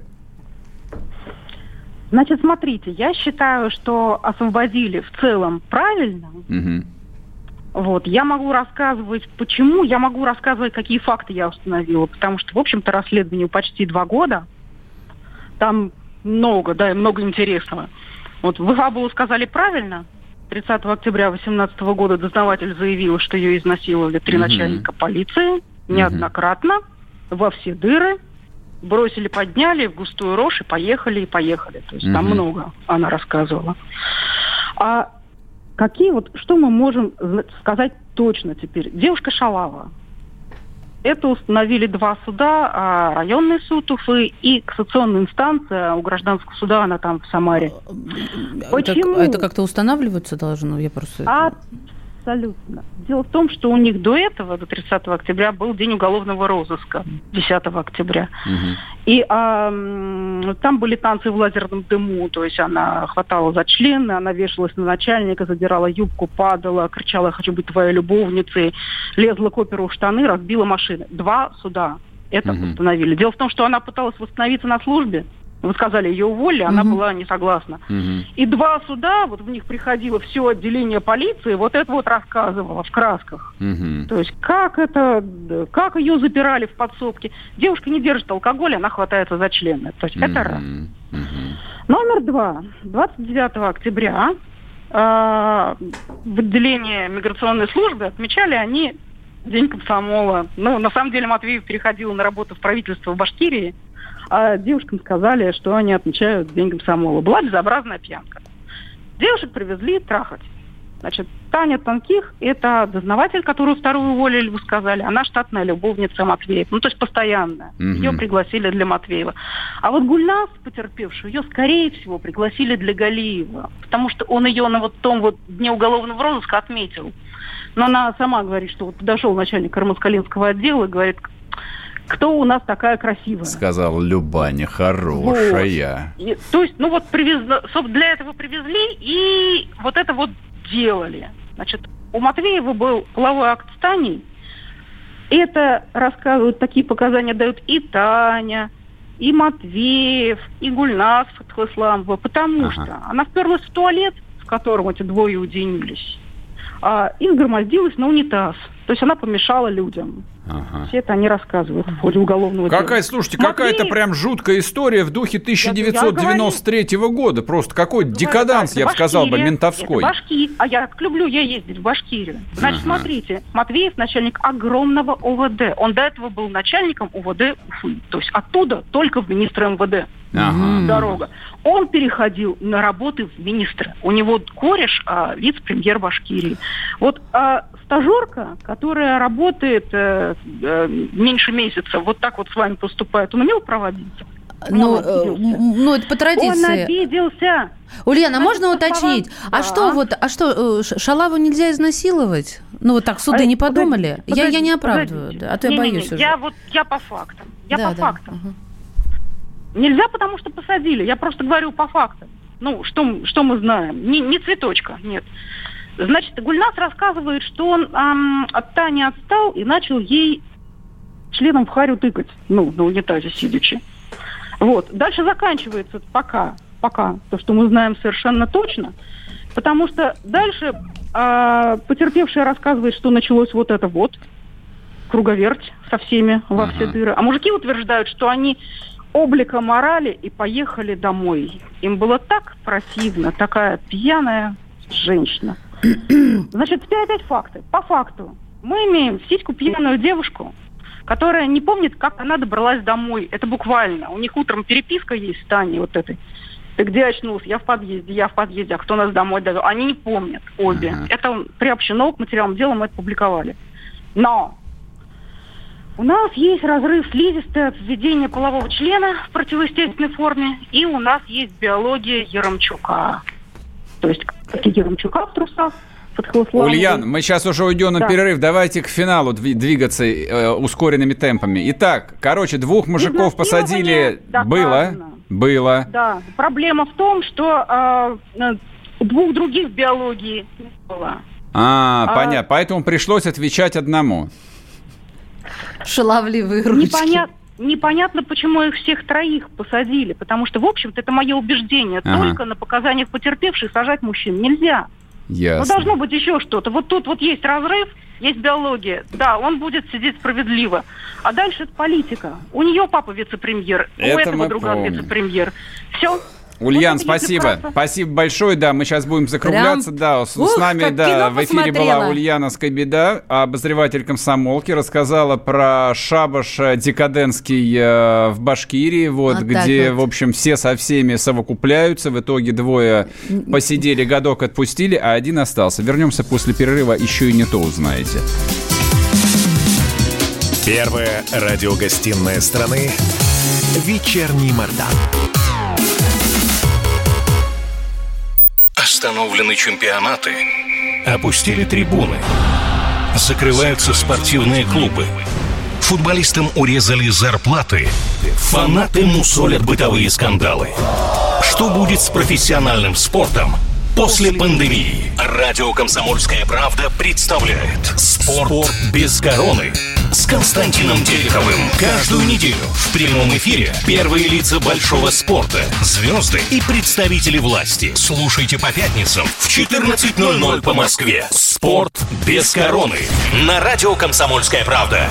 Значит, смотрите, я считаю, что освободили в целом правильно. Угу. Вот, я могу рассказывать, почему, я могу рассказывать, какие факты я установила, потому что, в общем-то, расследованию почти два года. Там много, да, много интересного. Вот вы фабулу сказали правильно. тридцатого октября две тысячи восемнадцатого года дознаватель заявил, что ее изнасиловали три угу. начальника полиции неоднократно, угу. во все дыры. Бросили, подняли в густую рожь и поехали, и поехали. То есть mm-hmm. там много она рассказывала. А какие вот, что мы можем сказать точно теперь? Девушка Шалава. Это установили два суда, районный суд Уфы и кассационная инстанция, у гражданского суда она там в Самаре. Почему? Это, это как-то устанавливаться должно? Я просто... А... Абсолютно. Дело в том, что у них до этого, до тридцатого октября, был день уголовного розыска, десятого октября. Угу. И а, там были танцы в лазерном дыму, то есть она хватала за члены, она вешалась на начальника, задирала юбку, падала, кричала: «Я хочу быть твоей любовницей», лезла к оперу в штаны, разбила машины. Два суда это угу. установили. Дело в том, что она пыталась восстановиться на службе. Вы сказали, ее уволили, она угу. была не согласна. Угу. И два суда, вот в них приходило все отделение полиции, вот это вот рассказывало в красках. Угу. То есть как это, как ее запирали в подсобке. Девушка не держит алкоголь, она хватается за члены. То есть угу. это раз. Угу. Номер два. двадцать девятого октября э, в отделении миграционной службы отмечали они День комсомола. Ну, на самом деле Матвеев переходил на работу в правительство в Башкирии, а девушкам сказали, что они отмечают День комсомола. Была безобразная пьянка. Девушек привезли трахать. Значит, Таня Тонких – это дознаватель, которую вторую уволили, вы сказали. Она штатная любовница Матвеева. Ну, то есть постоянная. Угу. Ее пригласили для Матвеева. А вот Гульназ, потерпевшую, ее, скорее всего, пригласили для Галиева. Потому что он ее на вот том вот дне уголовного розыска отметил. Но она сама говорит, что вот подошел начальник Кармаскалинского отдела и говорит... Кто у нас такая красивая? Сказал Любаня, хорошая. Вот. И, то есть, ну вот привезли, для этого привезли и вот это вот делали. Значит, у Матвеева был половой акт с Таней. Это рассказывают, такие показания дают и Таня, и Матвеев, и Гульназ Фатхуисламова, потому ага. что она вперлась в туалет, в котором эти двое уединились, а, и сгромоздилась на унитаз. То есть она помешала людям. Ага. Все это они рассказывают в ходе уголовного Какая, дела. Слушайте, Матвеев... какая-то прям жуткая история в духе тысяча девятьсот девяносто третьего года. Просто какой говорю, декаданс, да, я бы сказал бы, ментовской. Башки... А я так люблю, я ездить в Башкирию. Значит, ага. смотрите, Матвеев начальник огромного ОВД. Он до этого был начальником УВД Уфы. То есть оттуда только в министра МВД. Ага. Дорога. Он переходил на работы в министры. У него кореш, а, вице-премьер Башкирии. Вот а, стажерка, которая работает э, э, меньше месяца, вот так вот с вами поступает, он умел проводиться? Ну, э, ну, это по традиции. Он обиделся. Ульяна, а можно уточнить? Да. А что вот, а что, Шалаву нельзя изнасиловать? Ну, вот так суды а, не подумали? Подождите, я, я не оправдываю, да, а то не, я боюсь не, не. уже. Я вот, я по фактам. Я да, по да. фактам. Угу. Нельзя, потому что посадили. Я просто говорю по фактам. Ну, что, что мы знаем? Не, не цветочка, нет. Значит, Гульназ рассказывает, что он эм, от Тани отстал и начал ей членом в харю тыкать. Ну, на унитазе сидячи. Вот. Дальше заканчивается пока, пока, то, что мы знаем совершенно точно. Потому что дальше э, потерпевшая рассказывает, что началось вот это вот. Круговерть со всеми во все uh-huh. дыры. А мужики утверждают, что они... облика морали и поехали домой. Им было так противно, такая пьяная женщина. Значит, теперь опять факты. По факту. Мы имеем сиську пьяную девушку, которая не помнит, как она добралась домой. Это буквально. У них утром переписка есть с Таней вот этой. Ты где очнулся? Я в подъезде, я в подъезде. А кто нас домой довел? Они не помнят обе. Uh-huh. Это приобщено к материалам дела, мы это публиковали. Но у нас есть разрыв слизистой от введения полового члена в противоестественной форме, и у нас есть биология Яремчука. То есть, как и Яремчука в трусах. Ульян, мы сейчас уже уйдем на да. перерыв. Давайте к финалу двигаться э, ускоренными темпами. Итак, короче, двух мужиков посадили. Было. Было. Да. Проблема в том, что э, двух других биологий не было. А, а, понятно. Поэтому пришлось отвечать одному. Шаловливые ручки. Непонятно. Непонятно, почему их всех троих посадили, потому что, в общем-то, это мое убеждение. Ага. Только на показаниях потерпевших сажать мужчин нельзя. Ясно. Но должно быть еще что-то. Вот тут вот есть разрыв, есть биология. Да, он будет сидеть справедливо. А дальше это политика. У нее папа вице-премьер, это у этого друга помним. вице-премьер. Все. Ульян, вот спасибо. Спасибо большое. Да, мы сейчас будем закругляться. Прям... Да, с, Ух, с нами да, в эфире посмотрела. Была Ульяна Скобида, обозреватель «Комсомолки», рассказала про шабаш декадентский э, в Башкирии, вот, вот где, вот. в общем, все со всеми совокупляются. В итоге двое посидели, годок отпустили, а один остался. Вернемся после перерыва, еще и не то узнаете. Первая радиогостинная страны «Вечерний Мордан». Остановлены чемпионаты, опустили трибуны, закрываются спортивные клубы, футболистам урезали зарплаты, фанаты мусолят бытовые скандалы. Что будет с профессиональным спортом после пандемии? Радио «Комсомольская правда» представляет «Спорт без короны» с Константином Тереховым. Каждую неделю в прямом эфире первые лица большого спорта, звезды и представители власти. Слушайте по пятницам в четырнадцать ноль ноль по Москве. «Спорт без короны» на радио «Комсомольская правда».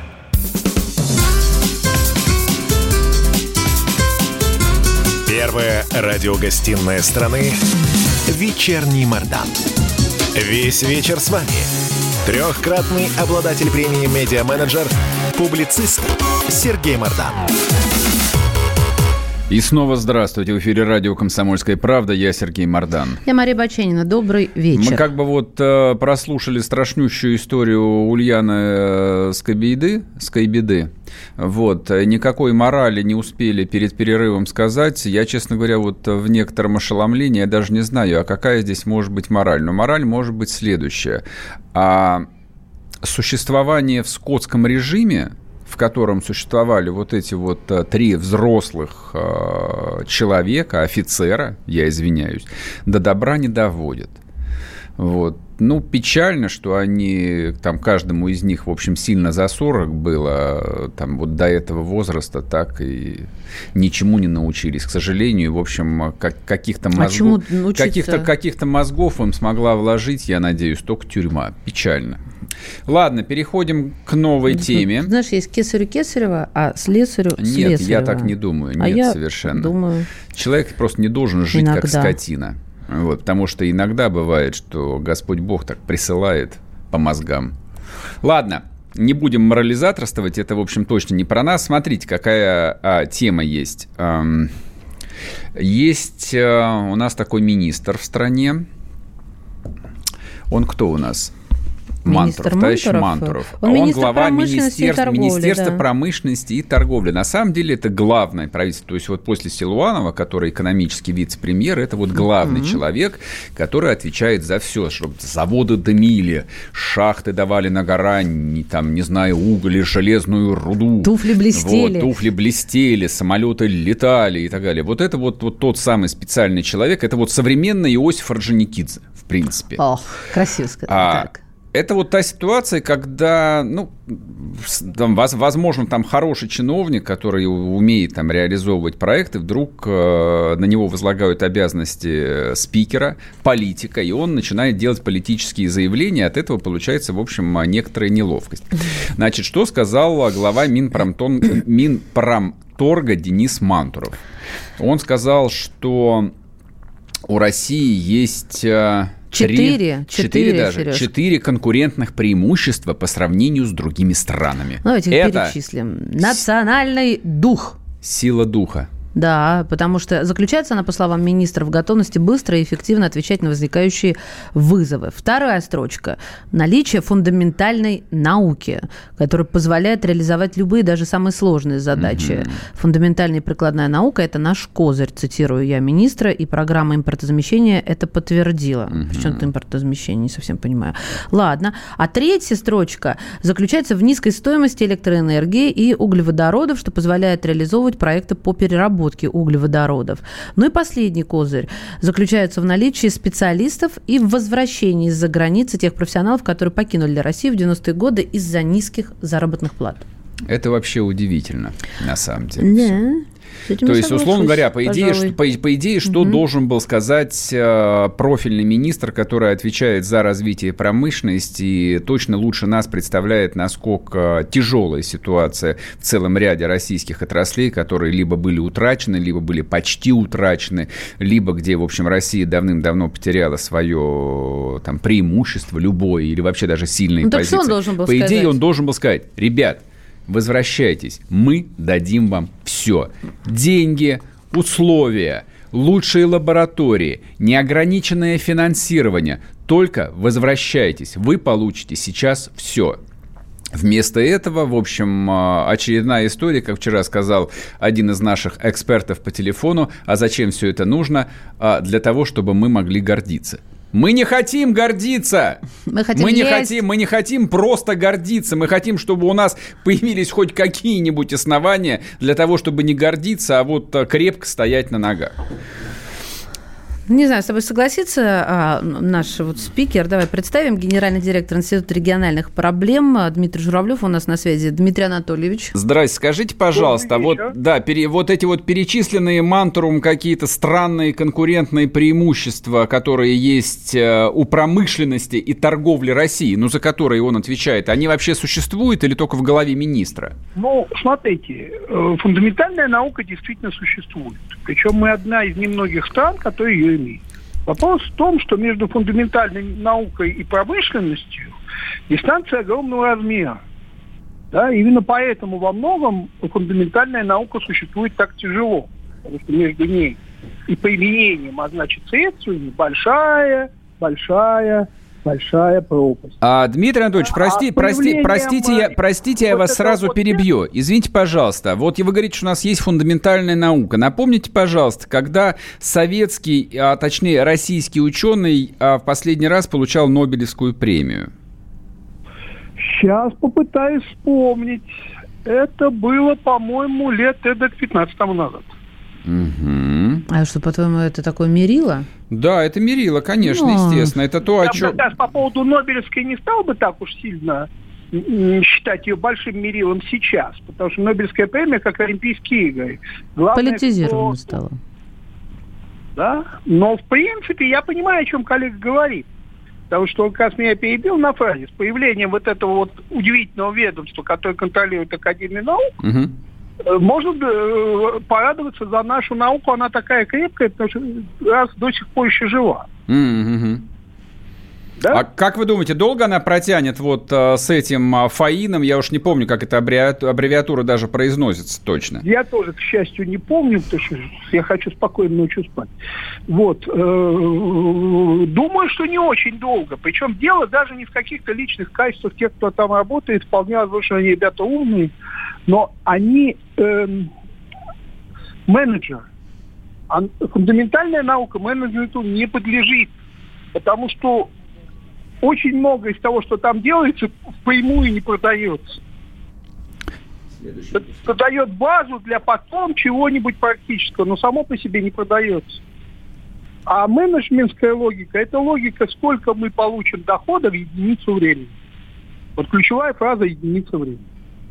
Первая радиогостинная страны «Вечерний Мордан». Весь вечер с вами трехкратный обладатель премии «Медиа-менеджер», публицист Сергей Мордан. И снова здравствуйте. В эфире радио «Комсомольская правда». Я Сергей Мордан. Я Мария Баченина. Добрый вечер. Мы как бы вот э, прослушали страшнющую историю Ульяны э, Скайбеды. Скайбеды. Вот. Никакой морали не успели перед перерывом сказать. Я, честно говоря, вот в некотором ошеломлении, я даже не знаю, а какая здесь может быть мораль. Но мораль может быть следующая. А существование в скотском режиме, в котором существовали вот эти вот а, три взрослых а, человека, офицера, я извиняюсь, до добра не доводит. Вот. Ну, печально, что они, там, каждому из них, в общем, сильно за сорок было, там, вот до этого возраста так и ничему не научились. К сожалению, в общем, как, каких-то мозгов, а каких-то, каких-то мозгов им смогла вложить, я надеюсь, только тюрьма. Печально. Ладно, переходим к новой теме. Знаешь, есть кесарю Кесарева, а слесарю Слесарева. Нет, я так не думаю. Нет, а я совершенно. Думаю, человек просто не должен жить иногда. как скотина. Вот, потому что иногда бывает, что Господь Бог так присылает по мозгам. Ладно, не будем морализаторствовать, это, в общем, точно не про нас. Смотрите, какая а, тема есть. Эм, есть а, у нас такой министр в стране. Он кто у нас? Мантуров, товарищ Мантуров. Он, он глава министерства, торговли, министерства да. промышленности и торговли. На самом деле это главное правительство. То есть вот после Силуанова, который экономический вице-премьер, это вот главный mm-hmm. человек, который отвечает за все. Чтобы заводы дымили, шахты давали на гора, не, там, не знаю, уголь, железную руду. Туфли блестели. Вот, туфли блестели, самолеты летали и так далее. Вот это вот, вот тот самый специальный человек. Это вот современный Иосиф Орджоникидзе, в принципе. Ох, красиво сказать. А, так. Это вот та ситуация, когда, ну, там, возможно, там хороший чиновник, который умеет там реализовывать проекты, вдруг э, на него возлагают обязанности спикера, политика, и он начинает делать политические заявления, от этого получается, в общем, некоторая неловкость. Значит, что сказал глава Минпромтон... Минпромторга Денис Мантуров? Он сказал, что у России есть... Четыре, четыре, четыре, даже, Сереж. четыре конкурентных преимущества по сравнению с другими странами. Давайте их Это перечислим. Национальный дух. Сила духа. Да, потому что заключается она, по словам министра, в готовности быстро и эффективно отвечать на возникающие вызовы. Вторая строчка. Наличие фундаментальной науки, которая позволяет реализовать любые, даже самые сложные задачи. Mm-hmm. Фундаментальная и прикладная наука – это наш козырь, цитирую я министра, и программа импортозамещения это подтвердила. Mm-hmm. Причем тут импортозамещение, не совсем понимаю. Ладно. А третья строчка заключается в низкой стоимости электроэнергии и углеводородов, что позволяет реализовывать проекты по переработке углеводородов. Ну и последний козырь заключается в наличии специалистов и в возвращении из-за границы тех профессионалов, которые покинули Россию в девяностые годы из-за низких заработных плат. Это вообще удивительно, на самом деле. Да. То есть, условно говоря, по идее, что, по, по идее, что угу. должен был сказать э, профильный министр, который отвечает за развитие промышленности и точно лучше нас представляет, насколько тяжелая ситуация в целом ряде российских отраслей, которые либо были утрачены, либо были почти утрачены, либо где, в общем, Россия давным-давно потеряла свое там, преимущество любое или вообще даже сильные ну, позиции. Так что он должен был по сказать? идее, он должен был сказать: ребят, возвращайтесь, мы дадим вам все. Деньги, условия, лучшие лаборатории, неограниченное финансирование. Только возвращайтесь, вы получите сейчас все. Вместо этого, в общем, очередная история, как вчера сказал один из наших экспертов по телефону, а зачем все это нужно? Для того, чтобы мы могли гордиться. Мы не хотим гордиться. Мы, хотим мы, не есть. хотим, мы не хотим просто гордиться. Мы хотим, чтобы у нас появились хоть какие-нибудь основания для того, чтобы не гордиться, а вот крепко стоять на ногах. Не знаю, с тобой согласится а, наш вот спикер. Давай представим. Генеральный директор Института региональных проблем Дмитрий Журавлев у нас на связи. Дмитрий Анатольевич. Здрасте. Скажите, пожалуйста, вот, да, пере, вот эти вот перечисленные Мантуром какие-то странные конкурентные преимущества, которые есть у промышленности и торговли России, ну, за которые он отвечает, они вообще существуют или только в голове министра? Ну, смотрите, фундаментальная наука действительно существует. Причем мы одна из немногих стран, которые ее имеют. Вопрос в том, что между фундаментальной наукой и промышленностью дистанция огромного размера. Да, именно поэтому во многом фундаментальная наука существует так тяжело. потому что между ней и применением, а значит средствами, большая, большая, большая пропасть. А, Дмитрий Анатольевич, прости, а прости, простите, я, простите, я вот вас сразу вот перебью. Извините, пожалуйста. Вот вы говорите, что у нас есть фундаментальная наука. Напомните, пожалуйста, когда советский, а точнее российский ученый а, в последний раз получал Нобелевскую премию? Сейчас попытаюсь вспомнить. Это было, по-моему, лет эдак пятнадцать тому назад. Угу. А что, по-твоему, это такое мерило? Да, это мерило, конечно, О. естественно. Это то, о Я чем... даже по поводу Нобелевской не стал бы так уж сильно м, считать ее большим мерилом сейчас, потому что Нобелевская премия как Олимпийские игры. Главное, Политизировано кто... стало. Да, но в принципе я понимаю, о чем коллега говорит. Потому что он как раз меня перебил на фразе. С появлением вот этого вот удивительного ведомства, которое контролирует Академию наук, угу. можно э, порадоваться за нашу науку. Она такая крепкая, потому что раз до сих пор еще жива. Угу. Да? А как вы думаете, долго она протянет вот а, с этим а, ФАИном? Я уж не помню, как эта аббревиатура даже произносится точно. Я тоже, к счастью, не помню, потому что я хочу спокойно ночью спать. Вот. Думаю, что не очень долго. Причем дело даже не в каких-то личных качествах тех, кто там работает. Вполне возможно, что они ребята умные. Но они эм, менеджеры. А фундаментальная наука менеджменту не подлежит. Потому что очень много из того, что там делается, впрямую не продается. Это дает базу для потом чего-нибудь практического, но само по себе не продается. А менеджментская логика – это логика, сколько мы получим дохода в единицу времени. Вот ключевая фраза – единица времени.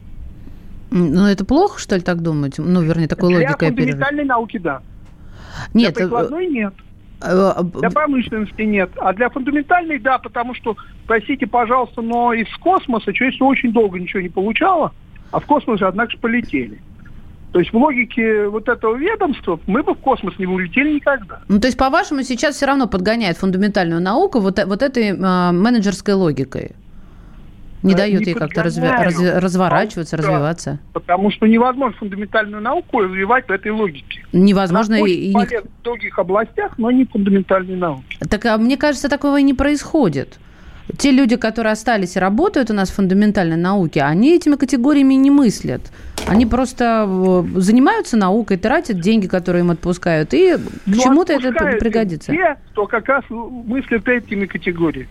Ну, это плохо, что ли, так думать? Ну, вернее, такой для логикой оперировать. Для фундаментальной науки – да. Нет, для прикладной – нет. Для промышленности нет. А для фундаментальной, да, потому что, простите, пожалуйста, но из космоса человечество очень долго ничего не получало, а в космос же, однако же, полетели. То есть в логике вот этого ведомства мы бы в космос не улетели никогда. Ну, то есть, по-вашему, сейчас все равно подгоняет фундаментальную науку вот, вот этой э, менеджерской логикой? Не да, дает не ей как-то разви- раз- разворачиваться, потому, развиваться? Да, потому что невозможно фундаментальную науку развивать в этой логике. Невозможно. Она и, и не... в других областях, но не в фундаментальной науке. Так, а мне кажется, такого и не происходит. Те люди, которые остались и работают у нас в фундаментальной науке, они этими категориями не мыслят. Они просто занимаются наукой, тратят деньги, которые им отпускают, и к но чему-то это пригодится. Те, кто как раз мыслят этими категориями.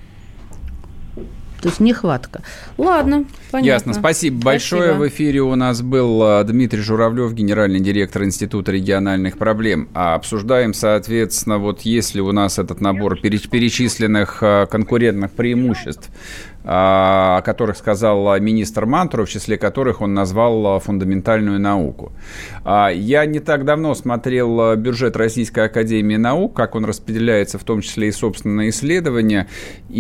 То есть нехватка. Ладно, понятно. Ясно. Спасибо большое. Спасибо. В эфире у нас был Дмитрий Журавлев, генеральный директор Института региональных проблем. А обсуждаем, соответственно, вот если у нас этот набор перечисленных конкурентных преимуществ, о которых сказал министр Мантуров, в числе которых он назвал фундаментальную науку. Я не так давно смотрел бюджет Российской академии наук, как он распределяется, в том числе и собственные исследования,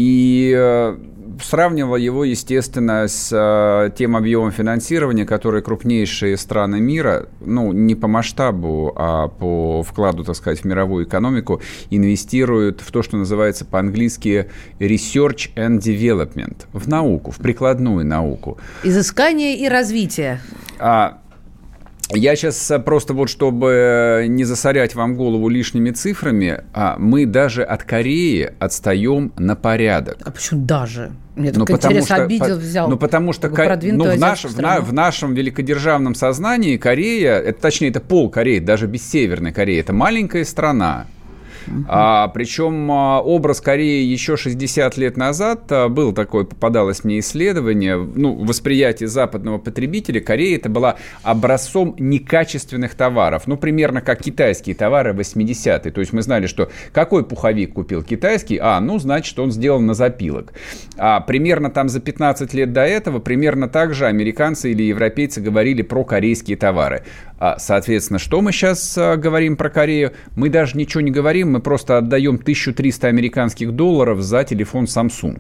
и сравнивал его, естественно, с э, тем объемом финансирования, который крупнейшие страны мира, ну, не по масштабу, а по вкладу, так сказать, в мировую экономику, инвестируют в то, что называется по-английски research and development, в науку, в прикладную науку. Изыскание и развитие. А, я сейчас просто вот, чтобы не засорять вам голову лишними цифрами, а мы даже от Кореи отстаем на порядок. А почему даже? Мне ну, только интерес, что, обидел, взял. Ну, потому что ну, в, наш, в, на, в нашем великодержавном сознании Корея, это, точнее, это полкореи, даже без Северной Кореи, это маленькая страна. Uh-huh. А, причем а, образ Кореи еще шестьдесят лет назад а, был такое, попадалось мне исследование, ну, восприятие западного потребителя. Корея это была образцом некачественных товаров, ну, примерно как китайские товары восьмидесятые. То есть мы знали, что какой пуховик купил китайский, а, ну, значит, он сделан на запилок. А примерно там за пятнадцать лет до этого, примерно так же американцы или европейцы говорили про корейские товары. А, соответственно, что мы сейчас а, говорим про Корею? Мы даже ничего не говорим, мы просто отдаем тысячу триста американских долларов за телефон Samsung.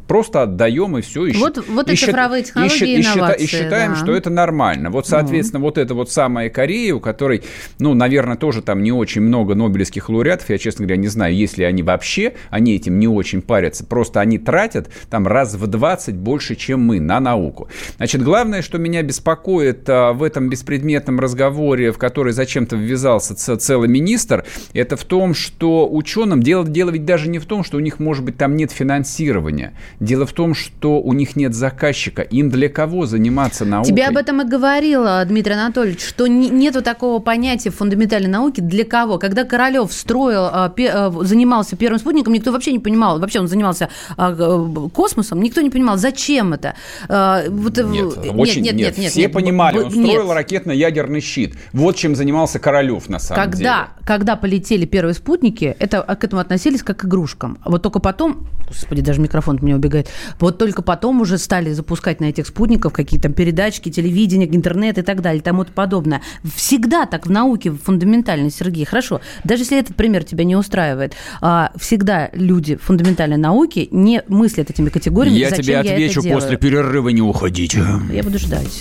просто отдаем и все. И вот, счит, вот и и цифровые счит, технологии и, и счит, инновации. И считаем, да. что это нормально. Вот, соответственно, угу. вот это вот самая Корея, у которой, ну, наверное, тоже там не очень много нобелевских лауреатов. Я, честно говоря, не знаю, если они вообще, они этим не очень парятся. Просто они тратят там раз в двадцать больше, чем мы, на науку. Значит, главное, что меня беспокоит а, в этом беспредметном разговоре, в который зачем-то ввязался ц- целый министр, это в том, что ученым, дело, дело ведь даже не в том, что у них, может быть, там нет финансирования. Дело в том, что у них нет заказчика. Им для кого заниматься наукой? Тебе об этом и говорила, Дмитрий Анатольевич, что не, нету такого понятия фундаментальной науки для кого. Когда Королёв строил, занимался первым спутником, никто вообще не понимал, вообще он занимался космосом, никто не понимал, зачем это. Вот, нет, нет, очень, нет, нет, нет, все нет, понимали, он строил нет. ракетно-ядерный щит. Вот чем занимался Королёв на самом когда, деле. Когда полетели первые спутники, это, к этому относились как к игрушкам. Вот только потом, господи, даже микрофон от меня убегает, вот только потом уже стали запускать на этих спутников какие-то передачки, телевидение, интернет и так далее, и тому подобное. Всегда так в науке фундаментальной, Сергей, хорошо, даже если этот пример тебя не устраивает, всегда люди фундаментальной науки не мыслят этими категориями. Я тебе отвечу я после перерыва, не уходите. Я буду ждать.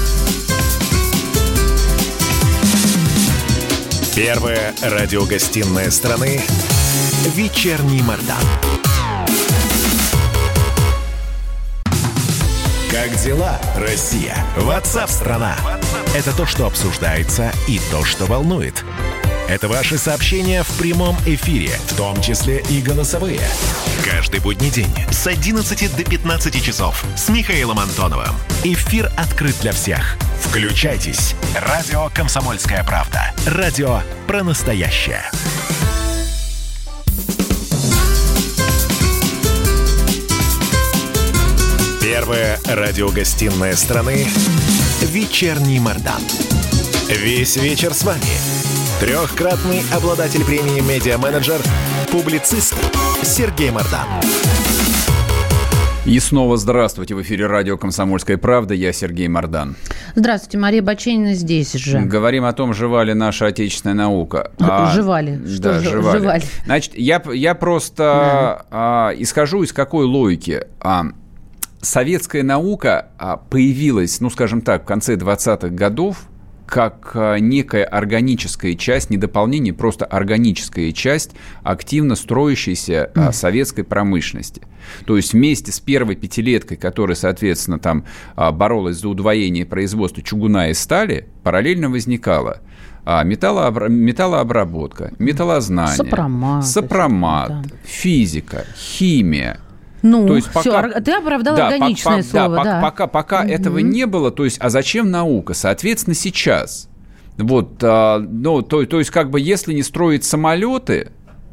Первая радиогостинная страны «Вечерний Мардан». Как дела, Россия? Ватсап-страна! Это то, что обсуждается, и то, что волнует. Это ваши сообщения в прямом эфире, в том числе и голосовые. Каждый будний день с одиннадцати до пятнадцати часов с Михаилом Антоновым. Эфир открыт для всех. Включайтесь. Радио «Комсомольская правда». Радио про настоящее. Первая радиогостинная страны «Вечерний Мардан». Весь вечер с вами трехкратный обладатель премии «Медиа-менеджер», публицист Сергей Мардан. И снова здравствуйте. В эфире радио «Комсомольская правда». Я Сергей Мардан. Здравствуйте. Мария Баченина здесь же. Говорим о том, жива ли наша отечественная наука. Жива ли? А, да, Что жива жива ли. Значит, я, я просто да. а, исхожу из какой логики. А, советская наука а, появилась, ну, скажем так, в конце двадцатых годов, как некая органическая часть, не дополнение, просто органическая часть активно строящейся mm. советской промышленности. То есть вместе с первой пятилеткой, которая, соответственно, там боролась за удвоение производства чугуна и стали, параллельно возникала металлообра- металлообработка, металлознание, сопромат, сопромат да. физика, химия. Ну, то есть все, пока, ты оправдал да, органичное по, слово. Да, да. Пока, пока угу. этого не было, то есть, а зачем наука? Соответственно, сейчас. Вот, а, ну, то, то есть, как бы, если не строить самолеты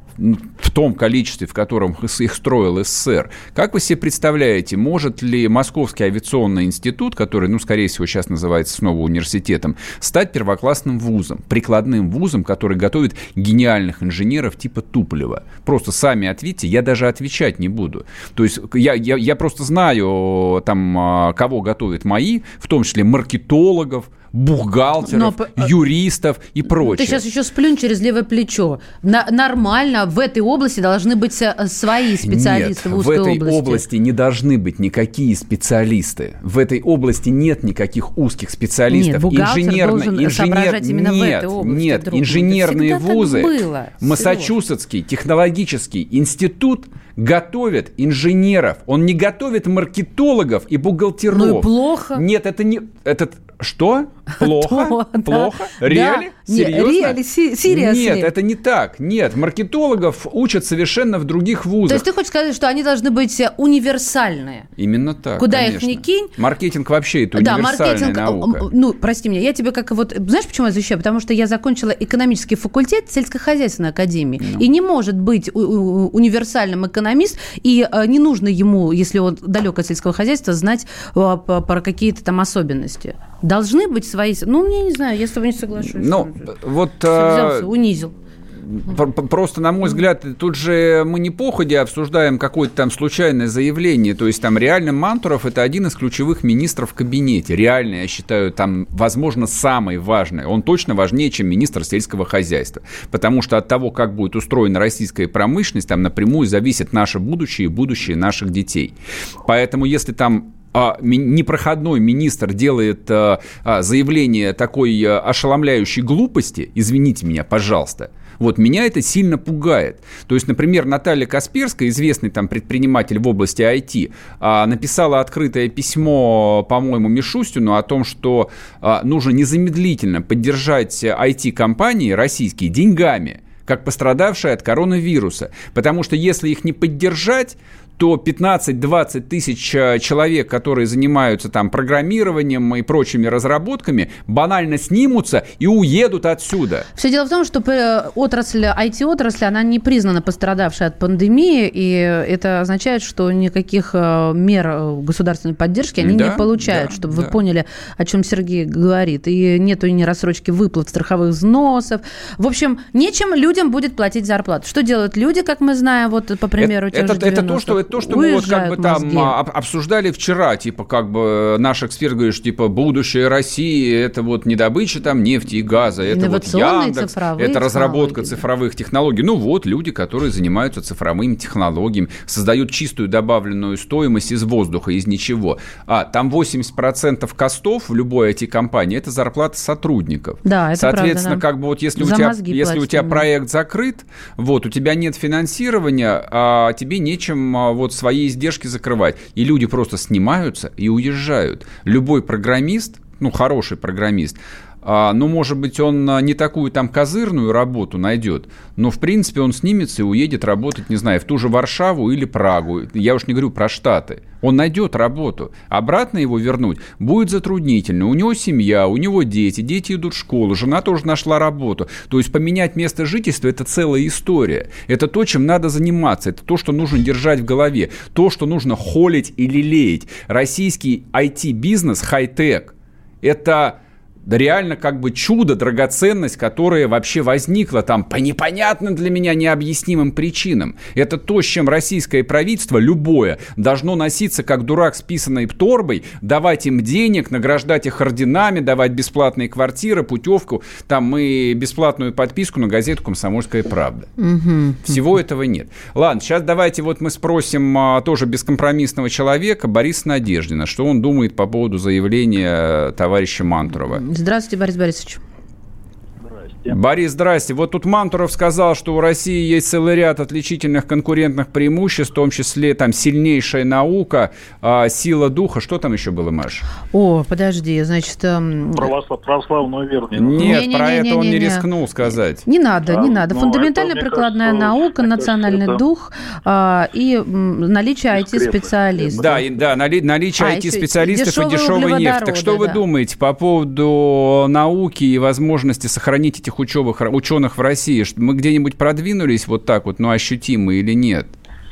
в том количестве, в котором их строил СССР, как вы себе представляете, может ли Московский авиационный институт, который, ну, скорее всего, сейчас называется снова университетом, стать первоклассным вузом, прикладным вузом, который готовит гениальных инженеров типа Туполева? Просто сами ответьте, я даже отвечать не буду. То есть я, я, я просто знаю, там, кого готовят мои, в том числе маркетологов, бухгалтеров, Но, юристов и прочее. Ты сейчас еще сплюнь через левое плечо. На, нормально, в этой области должны быть свои специалисты нет, в узкой области. в этой области. области не должны быть никакие специалисты. В этой области нет никаких узких специалистов. Нет, бухгалтер Инженерно, должен инженер... соображать именно нет, в этой области. Нет, друг инженерные вузы, было, Массачусетский технологический институт готовит инженеров. Он не готовит маркетологов и бухгалтеров. Ну и плохо. Нет, это не... Это... Что? Плохо? Плохо? Реали? Серьезно? Реали, серьезно. Нет, это не так. Нет, маркетологов учат совершенно в других вузах. То есть ты хочешь сказать, что они должны быть универсальные? Именно так, Куда конечно. их ни кинь. Маркетинг вообще это да, универсальная наука. Ну, прости меня, я тебе как вот... Знаешь, почему я защищаю? Потому что я закончила экономический факультет сельскохозяйственной академии. Ну. И не может быть универсальным экономист, и не нужно ему, если он далек от сельского хозяйства, знать про какие-то там особенности. Должны быть свои... Ну, я не знаю, я с тобой не соглашусь. Ну, вот... Взялся, унизил. Просто, на мой взгляд, тут же мы не походя обсуждаем какое-то там случайное заявление. То есть там реально Мантуров – это один из ключевых министров в кабинете. Реально, я считаю, там, возможно, самый важный. Он точно важнее, чем министр сельского хозяйства. Потому что от того, как будет устроена российская промышленность, там напрямую зависит наше будущее и будущее наших детей. Поэтому если там непроходной министр делает заявление такой ошеломляющей глупости, извините меня, пожалуйста, вот меня это сильно пугает. То есть, например, Наталья Касперская, известный там предприниматель в области ай ти, написала открытое письмо, по-моему, Мишустину о том, что нужно незамедлительно поддержать ай ти-компании российские деньгами, как пострадавшие от коронавируса. Потому что если их не поддержать, то пятнадцать-двадцать тысяч человек, которые занимаются там программированием и прочими разработками, банально снимутся и уедут отсюда. Все дело в том, что отрасль, ай ти-отрасль, она не признана пострадавшей от пандемии, и это означает, что никаких мер государственной поддержки они да, не получают, да, чтобы да. вы поняли, о чем Сергей говорит. И нету ни рассрочки выплат страховых взносов. В общем, нечем людям будет платить зарплату. Что делают люди, как мы знаем, вот по примеру тех же девяностых? Это то, что То, что мы вот как бы там об, обсуждали вчера, типа как бы наш эксперт говорит, что типа будущее России это вот не добыча там нефти и газа, это вот Яндекс, это разработка цифровых технологий. Ну вот люди, которые занимаются цифровыми технологиями, создают чистую добавленную стоимость из воздуха, из ничего. А там восемьдесят процентов костов в любой ай ти-компании это зарплата сотрудников. Да, это соответственно, правда, да. как бы вот если, у тебя, если у тебя проект закрыт, вот, у тебя нет финансирования, а тебе нечем вот свои издержки закрывать. И люди просто снимаются и уезжают. Любой программист, ну, хороший программист, а, ну, может быть, он не такую там козырную работу найдет, но, в принципе, он снимется и уедет работать, не знаю, в ту же Варшаву или Прагу. Я уж не говорю про Штаты. Он найдет работу. Обратно его вернуть будет затруднительно. У него семья, у него дети, дети идут в школу, жена тоже нашла работу. То есть поменять место жительства – это целая история. Это то, чем надо заниматься. Это то, что нужно держать в голове. То, что нужно холить и лелеять. Российский ай ти-бизнес, хай-тек – это... Да реально как бы чудо, драгоценность, которая вообще возникла там по непонятным для меня необъяснимым причинам. Это то, с чем российское правительство, любое, должно носиться как дурак с писаной торбой, давать им денег, награждать их орденами, давать бесплатные квартиры, путевку, там и бесплатную подписку на газету «Комсомольская правда». Угу. Всего этого нет. Ладно, сейчас давайте вот мы спросим а, тоже бескомпромиссного человека Бориса Надеждина, что он думает по поводу заявления товарища Мантурова. Здравствуйте, Борис Борисович. Здрасте. Борис, здрасте. Вот тут Мантуров сказал, что у России есть целый ряд отличительных конкурентных преимуществ, в том числе там сильнейшая наука, э, сила духа. Что там еще было, Маш? О, подожди, значит... Эм... Православ, православную веру не надо. Нет, не, про не, это не, он не, не рискнул сказать. Не надо, а, не надо. Фундаментальная прикладная кажется, наука, национальный это... дух э, и м, наличие ай ти-специалистов. Да, и, да, нали, наличие а, ай ти-специалистов и дешевой нефти. Так что да. вы думаете по поводу науки и возможности сохранить этих ученых, ученых в России? Что мы где-нибудь продвинулись вот так вот, ну, ощутимо или нет?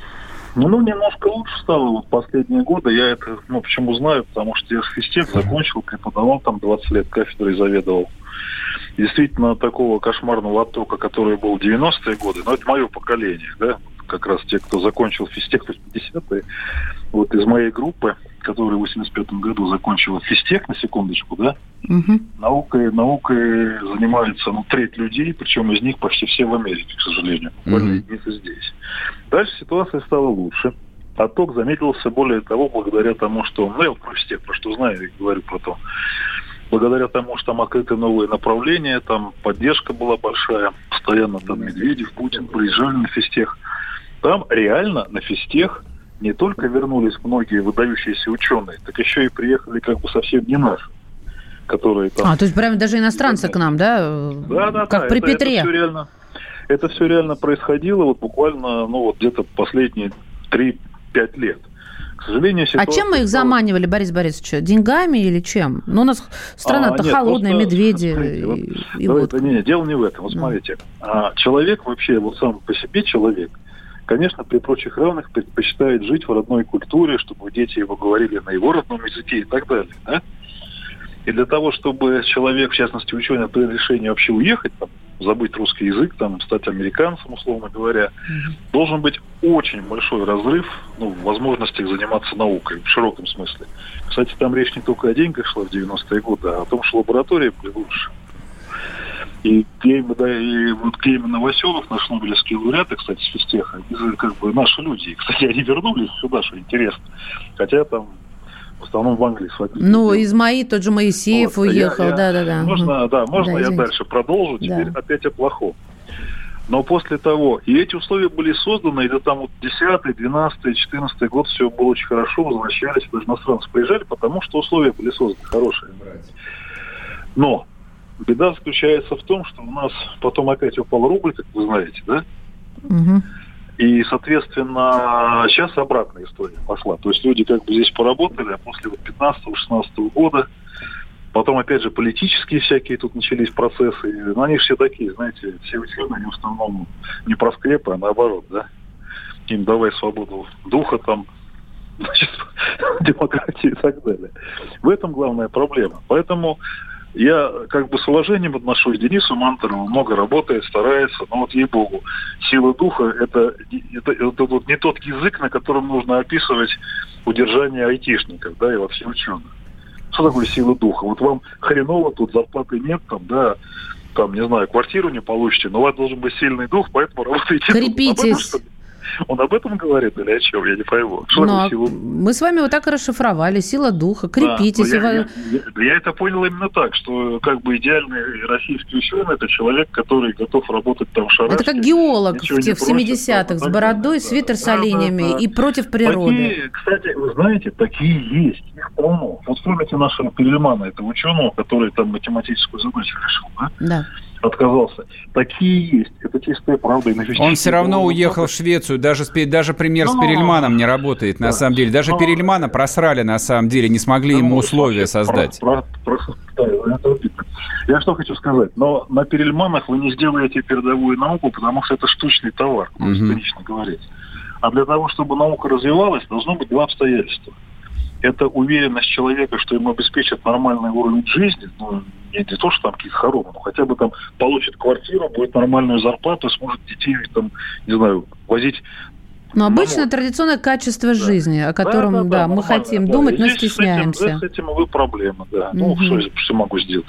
Ну, ну, немножко лучше стало вот последние годы. Я это, ну, почему знаю? Потому что я физтех закончил, преподавал там двадцать лет, кафедрой заведовал. Действительно, такого кошмарного оттока, который был в девяностые годы, но это мое поколение, да, как раз те, кто закончил физтех в восьмидесятые, вот из моей группы, которая в восемьдесят пятом году закончила физтех, на секундочку, да, угу. наукой, наукой занимается, ну, треть людей, причем из них почти все в Америке, к сожалению, буквально единицы здесь. Дальше ситуация стала лучше. Отток замедлился, более того, благодаря тому, что, ну, я про физтех, про что знаю, и говорю про то, благодаря тому, что там открыты новые направления, там поддержка была большая, постоянно там Медведев, Путин приезжали на физтех. Там реально на физтех не только вернулись многие выдающиеся ученые, так еще и приехали как бы совсем не наши, которые там... А, то есть прямо даже иностранцы к нам, да? Да, да, как да, при это, Петре. Это все реально, это все реально происходило вот буквально, ну вот где-то последние три-пять лет. К сожалению, ситуация... А чем мы их заманивали, Борис Борисович? Деньгами или чем? Ну, у нас страна-то а, нет, холодная, просто, медведи. Смотрите, и, вот, и давайте, вот. Не, дело не в этом. Вот да. смотрите, а, человек вообще, вот сам по себе человек, конечно, при прочих равных предпочитает жить в родной культуре, чтобы дети его говорили на его родном языке и так далее, да? И для того, чтобы человек, в частности ученый, принял решение вообще уехать, там, забыть русский язык, там, стать американцем, условно говоря, mm-hmm. должен быть очень большой разрыв ну, в возможностях заниматься наукой в широком смысле. Кстати, там речь не только о деньгах шла в девяностые годы, а о том, что лаборатории были лучше. И Гейм, да, и вот Гейм Новоселов, наш нобелевский лауреат, кстати, с физтеха, как бы наши люди. Кстати, они вернулись сюда, что интересно. Хотя там в основном в Англии сводили. Ну, Измаи, тот же Моисеев вот, уехал, да-да-да. Можно, да, можно да, я дальше продолжу, теперь да. опять о плохом. Но после того, и эти условия были созданы, и там вот десятый, двенадцатый, четырнадцатый год все было очень хорошо, возвращались, даже иностранцы приезжали, потому что условия были созданы хорошие. Но беда заключается в том, что у нас потом опять упал рубль, как вы знаете, да? Угу. И, соответственно, сейчас обратная история пошла. То есть люди как бы здесь поработали, а после вот пятнадцатого-шестнадцатого года потом, опять же, политические всякие тут начались процессы. Но они все такие, знаете, все ученые, они в основном не про скрепы, а наоборот, да? Им давай свободу духа там, значит, демократии и так далее. В этом главная проблема. Поэтому я как бы с уважением отношусь к Денису Мантурову, много работает, старается, но вот ей-богу, сила духа это, это, это вот не тот язык, на котором нужно описывать удержание айтишников, да, и вообще ученых. Что такое сила духа? Вот вам хреново, тут зарплаты нет, там, да, там, не знаю, квартиру не получите, но у вас должен быть сильный дух, поэтому работаете. Крепитесь. Он об этом говорит или о чем? Я не пойму. Что ну, такое сила? Мы с вами вот так и расшифровали. Сила духа. Крепитесь. Да, я, я, я, я это понял именно так, что как бы идеальный российский ученый – это человек, который готов работать там в шарашке. Это как геолог в, те, в семидесятых с бородой, да, свитер да, с оленями да, да, да. и против природы. Такие, кстати, вы знаете, такие есть. Их полно. Вот вспомните нашего Перельмана, этого ученого, который там математическую задачу решил, да? Да. Отказался. Такие есть. Это чистая правда. Он все равно уехал в Швецию. Даже, даже пример но, с Перельманом не работает, на да, самом деле. Даже но, Перельмана просрали, на самом деле. Не смогли да, ему условия создать. Про, про, про, да, это Я что хочу сказать. Но на Перельманах вы не сделаете передовую науку, потому что это штучный товар, угу. лично говорить. А для того, чтобы наука развивалась, должно быть два обстоятельства. Это уверенность человека, что ему обеспечат нормальный уровень жизни, ну, не, не то, что там какие-то хоромы, но хотя бы там получит квартиру, будет нормальную зарплату, сможет детей там, не знаю, возить. Но обычно маму. Традиционное качество да. жизни, о котором да, да, да, да, мы хотим да. думать, и но стесняемся. С этим, с этим вы проблема, да. Ну, угу. что, что могу сделать?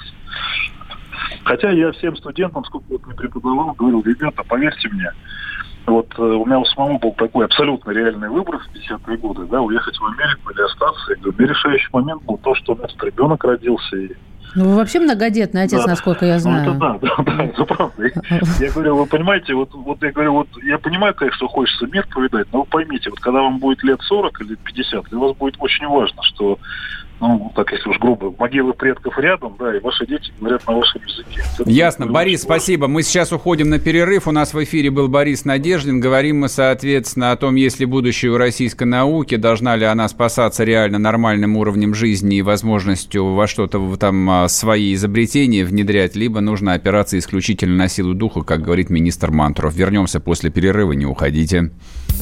Хотя я всем студентам, сколько вот не преподавал, говорил, ребята, поверьте мне, вот э, у меня у самого был такой абсолютно реальный выбор в пятидесятые годы, да, уехать в Америку или остаться. И говорю, решающий момент был то, что у нас ребенок родился. И... Ну, вы вообще многодетный отец, да. насколько я знаю. Ну, это да, да, да, это правда. Я говорю, вы понимаете, вот, вот я говорю, вот я понимаю, конечно, что хочется мир повидать, но вы поймите, вот когда вам будет лет сорок или пятьдесят, для вас будет очень важно, что ну, так, если уж грубо, могилы предков рядом, да, и ваши дети говорят на вашем языке. Это Ясно. Борис, спасибо. Мы сейчас уходим на перерыв. У нас в эфире был Борис Надеждин. Говорим мы, соответственно, о том, есть ли будущее у российской науки, должна ли она спасаться реально нормальным уровнем жизни и возможностью во что-то там свои изобретения внедрять, либо нужно опираться исключительно на силу духа, как говорит министр Мантуров. Вернемся после перерыва, не уходите.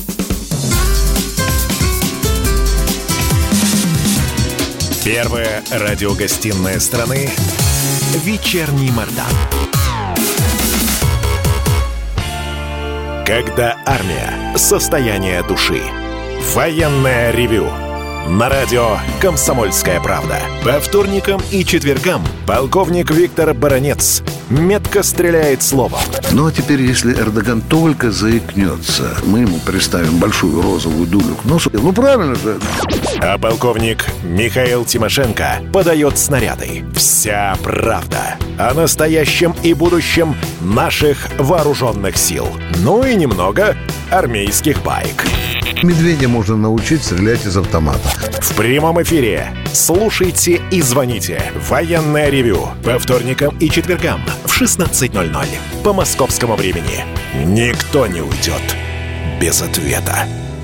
Первая радиогостинная страны «Вечерний Мордан». Когда армия. Состояние души. Военное ревю. На радио «Комсомольская правда». По вторникам и четвергам полковник Виктор Баранец метко стреляет словом. Ну а теперь, если Эрдоган только заикнется, мы ему приставим большую розовую дулю к носу. Ну правильно же. А полковник Михаил Тимошенко подает снаряды. Вся правда о настоящем и будущем наших вооруженных сил. Ну и немного армейских баек. Медведя можно научить стрелять из автомата. В прямом эфире слушайте и звоните. Военное ревю по вторникам и четвергам в шестнадцать ноль ноль по московскому времени. Никто не уйдет без ответа.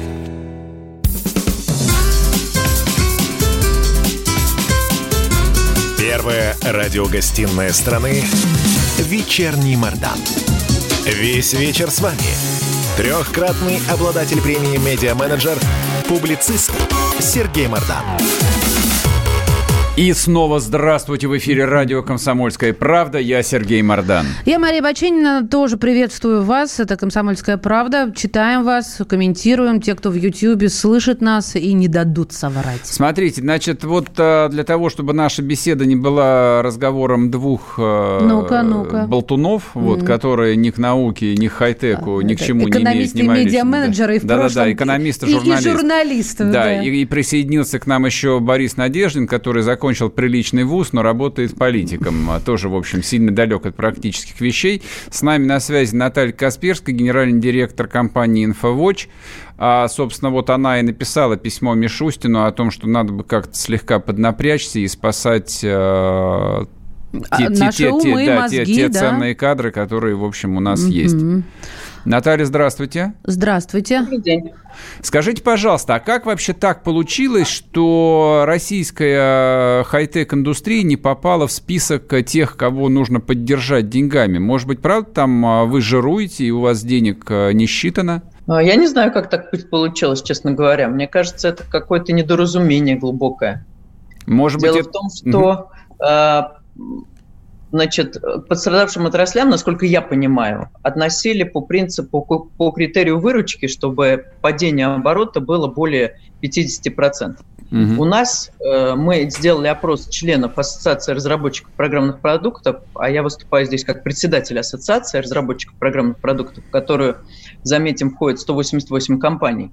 Первая радиогостинная страны «Вечерний Мордан». Весь вечер с вами трехкратный обладатель премии «Медиа-менеджер», публицист Сергей Мордан. И снова здравствуйте, в эфире радио «Комсомольская правда». Я Сергей Мордан. Я Мария Баченина, тоже приветствую вас. Это «Комсомольская правда». Читаем вас, комментируем. Те, кто в Ютьюбе слышит нас и не дадут соврать. Смотрите, значит, вот для того, чтобы наша беседа не была разговором двух ну-ка, ну-ка. болтунов, mm-hmm. вот, которые ни к науке, ни к хай-теку, ни к чему не имеют. Экономисты и медиа-менеджеры, да. и в прошлом... Да-да-да, экономисты, журналисты. И, и журналисты. Да, да. И, и присоединился к нам еще Борис Надеждин, который закончил Закончил приличный вуз, но работает политиком. Тоже, в общем, сильно далек от практических вещей. С нами на связи Наталья Касперская, генеральный директор компании «Инфовотч». А, собственно, вот она и написала письмо Мишустину о том, что надо бы как-то слегка поднапрячься и спасать... Э- Те, Наши те, умы, те, да, мозги, те, те да. ценные кадры, которые, в общем, у нас mm-hmm. есть. Наталья, здравствуйте. Здравствуйте. Добрый день. Скажите, пожалуйста, а как вообще так получилось, что российская хай-тек-индустрия не попала в список тех, кого нужно поддержать деньгами? Может быть, правда, там вы жируете, и у вас денег не считано? Я не знаю, как так получилось, честно говоря. Мне кажется, это какое-то недоразумение глубокое. Может Дело быть, в том, что... Mm-hmm. Значит, пострадавшим отраслям, насколько я понимаю, относили по принципу, по критерию выручки, чтобы падение оборота было более пятьдесят процентов. Угу. У нас э, мы сделали опрос членов Ассоциации разработчиков программных продуктов, а я выступаю здесь как председатель Ассоциации разработчиков программных продуктов, в которую, заметим, входит сто восемьдесят восемь компаний.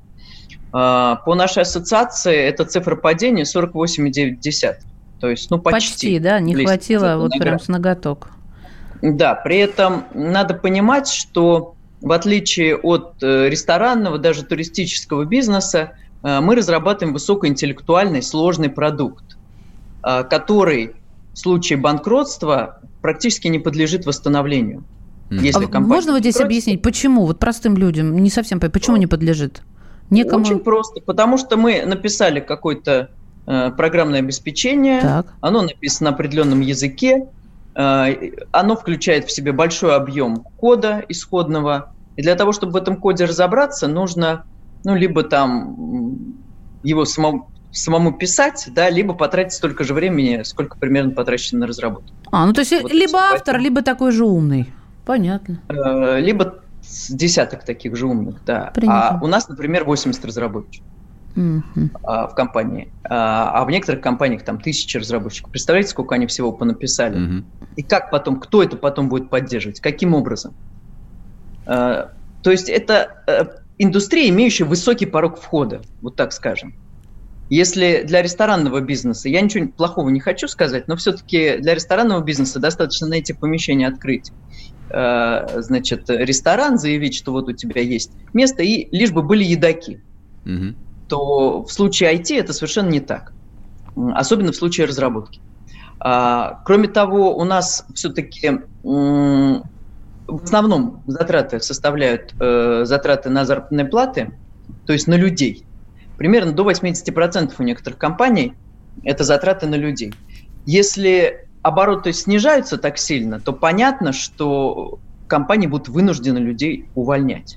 Э, по нашей ассоциации эта цифра падения сорок восемь целых девять десятых. То есть, ну, почти. Почти, да, не хватило вот прям с ноготок. Да, при этом надо понимать, что в отличие от э, ресторанного, даже туристического бизнеса, э, мы разрабатываем высокоинтеллектуальный сложный продукт, э, который в случае банкротства практически не подлежит восстановлению. Если а можно вот здесь объяснить, почему? Вот простым людям не совсем понятно, почему не подлежит? Некому... Очень просто, потому что мы написали какой-то программное обеспечение, так. Оно написано на определенном языке, оно включает в себя большой объем кода исходного, и для того, чтобы в этом коде разобраться, нужно, ну, либо там его самому, самому писать, да, либо потратить столько же времени, сколько примерно потрачено на разработку. А, ну то есть вот либо автор, поэтому... либо такой же умный. Понятно. Либо десяток таких же умных, да. Принято. А у нас, например, восемьдесят разработчиков. Uh-huh. в компании, а в некоторых компаниях там тысячи разработчиков. Представляете, сколько они всего понаписали? Uh-huh. И как потом, кто это потом будет поддерживать? Каким образом? То есть это индустрия, имеющая высокий порог входа, вот так скажем. Если для ресторанного бизнеса, я ничего плохого не хочу сказать, но все-таки для ресторанного бизнеса достаточно найти помещение, открыть, значит, ресторан, заявить, что вот у тебя есть место, и лишь бы были едоки. Uh-huh. то в случае ай ти это совершенно не так, особенно в случае разработки. А, кроме того, у нас все-таки м- в основном затраты составляют э, затраты на заработные платы, то есть на людей. Примерно до восемьдесят процентов у некоторых компаний это затраты на людей. Если обороты снижаются так сильно, то понятно, что компании будут вынуждены людей увольнять.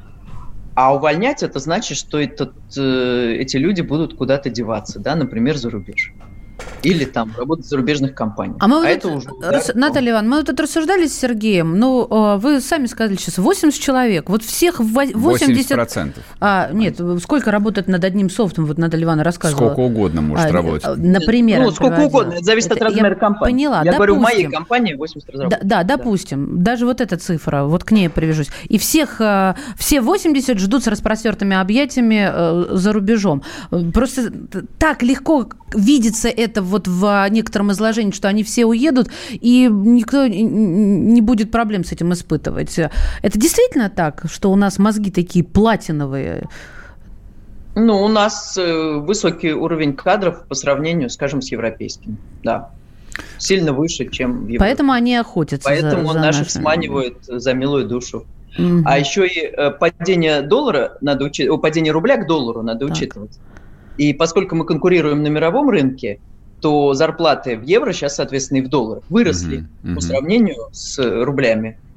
А увольнять это значит, что этот, э, эти люди будут куда-то деваться, да, например, за рубеж. Или там работать в зарубежных компаниях. А, мы а вот это это, уже, рас... да, Наталья Ивановна, мы вот тут рассуждали с Сергеем. Ну, вы сами сказали сейчас, восемьдесят человек. Вот всех восемьдесят... восемьдесят процентов. А, нет, сколько работает над одним софтом? Вот Наталья Ивановна рассказывала. Сколько угодно может а, работать. Например, ну, сколько угодно, это зависит это, от размера компании. Поняла, я допустим, говорю, в моей компании восемьдесят разработчиков. Да, да, допустим. Да. Даже вот эта цифра, вот к ней привяжусь. И всех, все восемьдесят ждут с распростертыми объятиями за рубежом. Просто так легко видится это вот в некотором изложении, что они все уедут, и никто не будет проблем с этим испытывать. Это действительно так, что у нас мозги такие платиновые? Ну, у нас э, высокий уровень кадров по сравнению, скажем, с европейским, да. Сильно выше, чем в Европе. Поэтому они охотятся Поэтому за, за наших нашими... сманивают за милую душу. Угу. А еще и э, падение доллара надо учитывать, о, падение рубля к доллару надо так. учитывать. И поскольку мы конкурируем на мировом рынке, то зарплаты в евро сейчас, соответственно, и в долларах выросли uh-huh, uh-huh. по сравнению с рублями.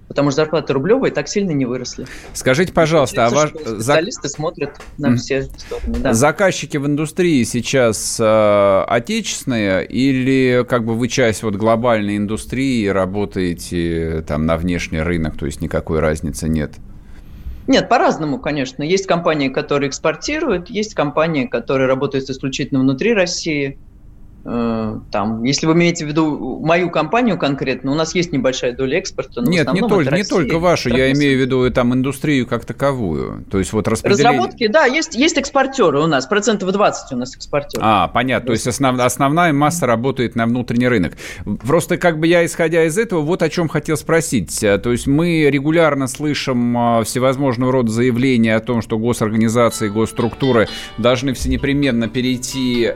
Потому что зарплаты рублевые так сильно не выросли. Скажите, пожалуйста, а ваш... специалисты смотрят на mm. все стороны. Да. Заказчики в индустрии сейчас э, отечественные или как бы вы часть вот глобальной индустрии, работаете там на внешний рынок, то есть никакой разницы нет? Нет, по-разному, конечно. Есть компании, которые экспортируют, есть компании, которые работают исключительно внутри России. Там, если вы имеете в виду мою компанию конкретно, у нас есть небольшая доля экспорта. Но Нет, не, только, не только вашу, я имею в виду там индустрию как таковую. То есть вот распределение... Разработки, да, есть, есть экспортеры у нас, процентов двадцать у нас экспортеры. А, понятно, то есть основ, основная масса работает на внутренний рынок. Просто как бы я, исходя из этого, вот о чем хотел спросить. То есть мы регулярно слышим всевозможного рода заявления о том, что госорганизации, госструктуры должны все непременно перейти...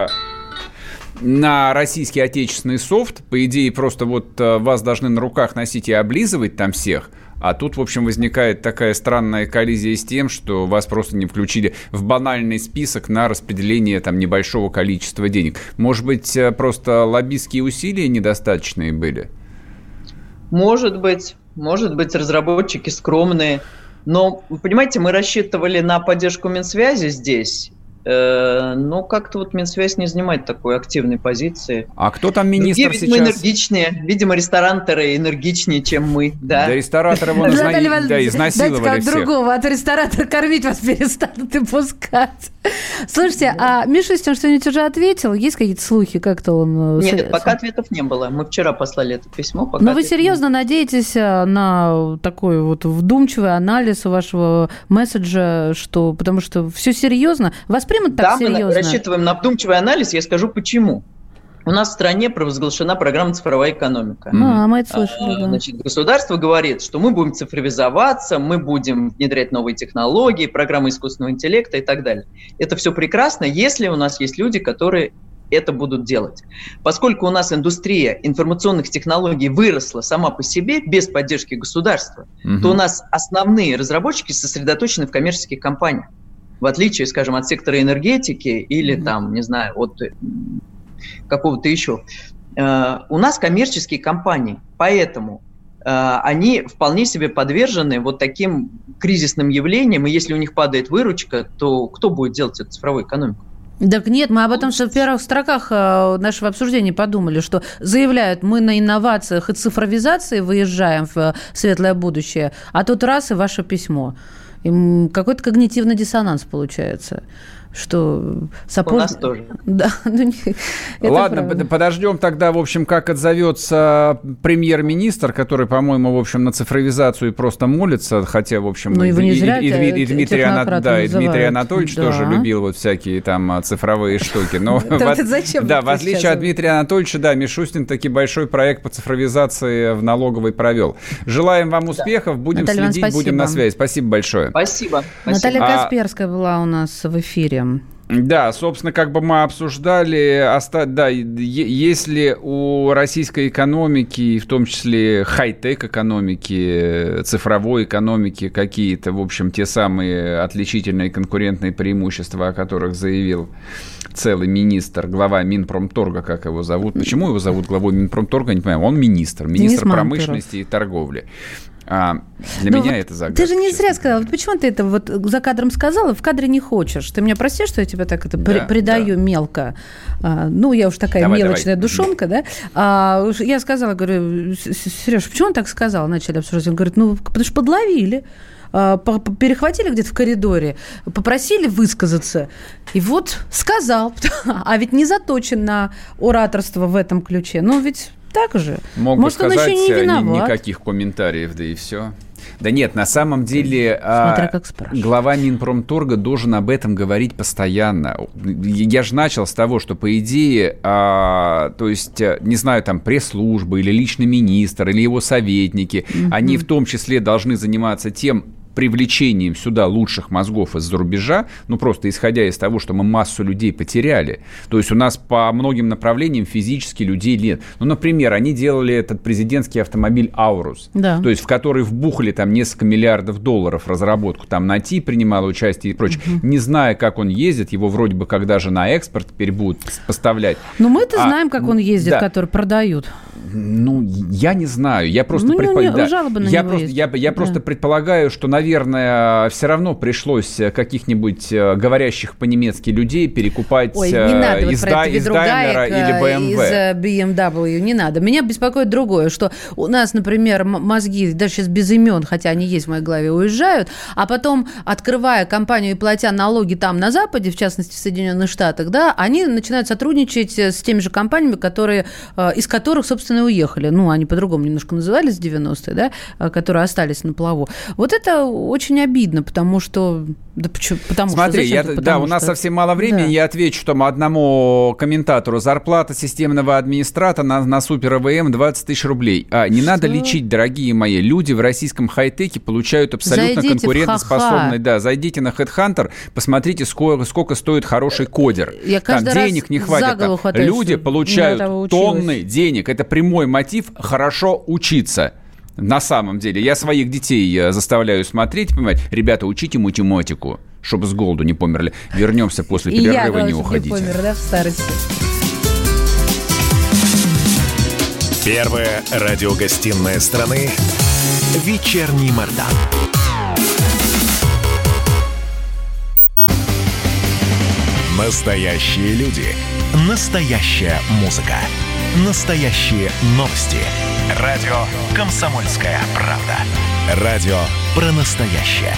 на российский отечественный софт, по идее, просто вот вас должны на руках носить и облизывать там всех, а тут, в общем, возникает такая странная коллизия с тем, что вас просто не включили в банальный список на распределение там небольшого количества денег. Может быть, просто лоббистские усилия недостаточные были? Может быть, может быть, разработчики скромные, но, вы понимаете, мы рассчитывали на поддержку Минсвязи здесь. Но как-то вот Минсвязь не занимает такой активной позиции. А кто там министр Другие, сейчас? Видимо, энергичнее. Видимо, рестораторы энергичнее, чем мы. Да, да рестораторы вон изна... да, изнасиловали всех. Другого, а то ресторатор кормить вас перестанут и пускать. Слушайте, а Мишустин что-нибудь уже ответил? Есть какие-то слухи, как-то он... Нет, пока ответов не было. Мы вчера послали это письмо. Но вы серьезно надеетесь на такой вот вдумчивый анализ вашего месседжа, что... Потому что все серьезно. Вас примут так да, серьезно? Мы рассчитываем на вдумчивый анализ, я скажу почему. У нас в стране провозглашена программа «Цифровая экономика». А, мы это слышали, а, да. Значит, государство говорит, что мы будем цифровизоваться, мы будем внедрять новые технологии, программы искусственного интеллекта и так далее. Это все прекрасно, если у нас есть люди, которые это будут делать. Поскольку у нас индустрия информационных технологий выросла сама по себе, без поддержки государства, угу. то у нас основные разработчики сосредоточены в коммерческих компаниях. В отличие, скажем, от сектора энергетики или, mm-hmm. там, не знаю, от какого-то еще. Э, у нас коммерческие компании, поэтому э, они вполне себе подвержены вот таким кризисным явлениям, и если у них падает выручка, то кто будет делать эту цифровую экономику? Так нет, мы об этом в первых строках нашего обсуждения подумали, что заявляют, мы на инновациях и цифровизации выезжаем в светлое будущее, а тут раз и ваше письмо. И какой-то когнитивный диссонанс получается, что сапог... У нас тоже. Да, ну, ладно, правда. Подождем тогда, в общем, как отзовется премьер-министр, который, по-моему, в общем, на цифровизацию просто молится, хотя, в общем, ну, и, его не зря и, и, и, Дмитрий, Ана... да, и Дмитрий Анатольевич да. тоже любил вот всякие там цифровые штуки. Но да, в отличие от Дмитрия Анатольевича, да, Мишустин таки большой проект по цифровизации в налоговой провел. Желаем вам успехов, будем следить, будем на связи. Спасибо большое. Спасибо. Наталья Касперская была у нас в эфире. Да, собственно, как бы мы обсуждали, да, если у российской экономики, в том числе хай-тек экономики, цифровой экономики, какие-то, в общем, те самые отличительные конкурентные преимущества, о которых заявил целый министр, глава Минпромторга, как его зовут. Почему его зовут главой Минпромторга, не понимаю. Он министр, министр промышленности и торговли. А, для Но меня вот это загадка. Ты же не зря сказала. Вот почему ты это вот за кадром сказала, в кадре не хочешь? Ты меня прости, что я тебя так это да, предаю да. мелко. А, ну, я уж такая давай, мелочная давай. душонка, да? А, я сказала, говорю, Сереж, почему он так сказал? Начали обсуждать. Он говорит, ну, потому что подловили. Перехватили где-то в коридоре, попросили высказаться. И вот сказал. А ведь не заточен на ораторство в этом ключе. Ну, ведь... Так же. Мог Может, бы сказать, он еще не виноват. Никаких комментариев, да и все. Да нет, на самом деле Смотря как глава Минпромторга должен об этом говорить постоянно. Я же начал с того, что по идее, а, то есть, не знаю, там пресс-служба или личный министр, или его советники, угу. они в том числе должны заниматься тем, привлечением сюда лучших мозгов из-за рубежа, ну, просто исходя из того, что мы массу людей потеряли. То есть у нас по многим направлениям физически людей нет. Ну, например, они делали этот президентский автомобиль «Аурус», да. то есть в который вбухали там несколько миллиардов долларов разработку. Там НАТИ принимала участие и прочее. Угу. Не зная, как он ездит, его вроде бы когда же на экспорт теперь будут поставлять. Ну, мы-то а, знаем, как он ездит, да. который продают. Ну, я не знаю. Я просто, ну, предпо... не, да. жалобы на я него просто, есть. я, я да. просто предполагаю, что, наверное, все равно пришлось каких-нибудь говорящих по-немецки людей перекупать Ой, не надо из, вот да, из Даймлера или бэ эм вэ. Из би эм дабл ю не надо. Меня беспокоит другое, что у нас, например, мозги, даже сейчас без имен, хотя они есть в моей голове, уезжают, а потом, открывая компанию и платя налоги там на Западе, в частности, в Соединенных Штатах, да, они начинают сотрудничать с теми же компаниями, которые, из которых, собственно, уехали. Ну, они по-другому немножко назывались в девяностые, да, которые остались на плаву. Вот это очень обидно, потому что... Да почему? Потому Смотри, что, я, потому да, что... у нас совсем мало времени, да. я отвечу там одному комментатору. Зарплата системного администратора на, на Супер АВМ двадцать тысяч рублей. А, не что? Надо лечить, дорогие мои. Люди в российском хай-теке получают абсолютно зайдите конкурентоспособный... Да, зайдите на HeadHunter, посмотрите, сколько, сколько стоит хороший кодер. Я там денег не хватит. Там. Люди получают тонны денег. Это прямой мотив хорошо учиться. На самом деле. Я своих детей заставляю смотреть, понимать, ребята, учите математику, чтобы с голоду не померли. Вернемся после перерыва, и я, не уходите. Не помер, да, в старости. Первая радиогостинная страны «Вечерний Мардан». Настоящие люди. Настоящая музыка. Настоящие новости. Радио «Комсомольская правда». Радио про настоящее.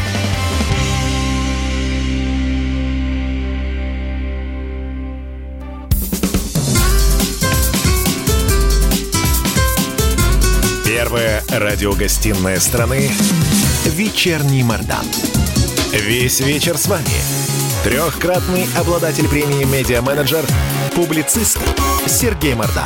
Первая радиогостинная страны «Вечерний Мардан». Весь вечер с вами трехкратный обладатель премии «Медиа-менеджер», публицист Сергей Мардан.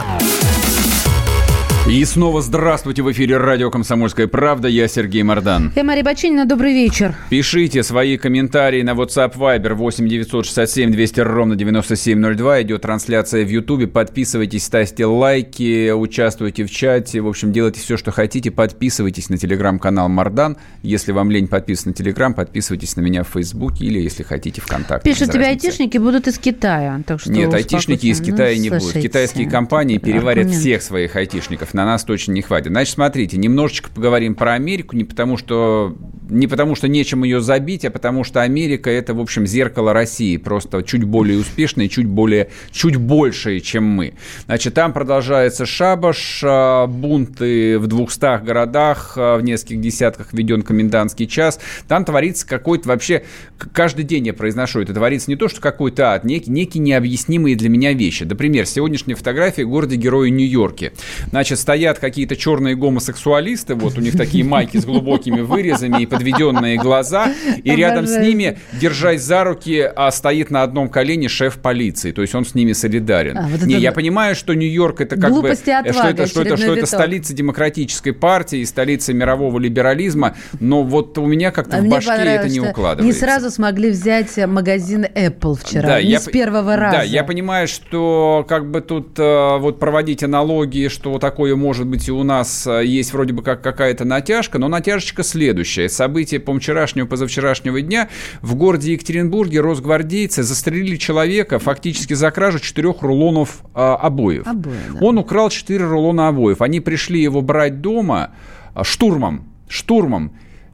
И снова здравствуйте, в эфире радио «Комсомольская правда». Я Сергей Мардан. Я Мария Бачинина. Добрый вечер. Пишите свои комментарии на WhatsApp Viber восемь девятьсот шестьдесят семь двести ровно девяносто семь ноль два. Идет трансляция в Ютубе. Подписывайтесь, ставьте лайки, участвуйте в чате. В общем, делайте все, что хотите. Подписывайтесь на телеграм-канал Мардан. Если вам лень подписываться на телеграм, подписывайтесь на меня в Фейсбуке или, если хотите, ВКонтакте. Пишут, тебе айтишники будут из Китая. Так что нет, айтишники из Китая ну, не слушайте. будут. Китайские компании переварят Аргумент. всех своих айтишников. На нас точно не хватит. Значит, смотрите, немножечко поговорим про Америку, не потому что, не потому что нечем ее забить, а потому что Америка – это, в общем, зеркало России, просто чуть более успешное, чуть более, чуть большее, чем мы. Значит, там продолжается шабаш, бунты в двухстах городах, в нескольких десятках введен комендантский час. Там творится какой-то вообще, каждый день я произношу это, творится не то, что какой-то ад, некие, некие необъяснимые для меня вещи. Например, сегодняшняя фотография в городе-герое Нью-Йорке. Значит, стоят какие-то черные гомосексуалисты, вот у них такие майки с глубокими вырезами и подведенные глаза, и рядом с ними, держась за руки, стоит на одном колене шеф полиции, то есть он с ними солидарен. А, вот Не, я понимаю, что Нью-Йорк это как бы, что это, что это, что это столица демократической партии, столица мирового либерализма, но вот у меня как-то а в башке это не укладывается. Не сразу смогли взять магазин Apple вчера, да, не я, с первого раза. Да, я понимаю, что как бы тут вот проводить аналогии, что такое может быть и у нас есть вроде бы как какая-то натяжка, но натяжечка следующая. События, по-моему, вчерашнего, позавчерашнего дня в городе Екатеринбурге росгвардейцы застрелили человека фактически за кражу четырех рулонов а, обоев. Обои, да. Он украл четыре рулона обоев. Они пришли его брать дома а, штурмом. Штурмом.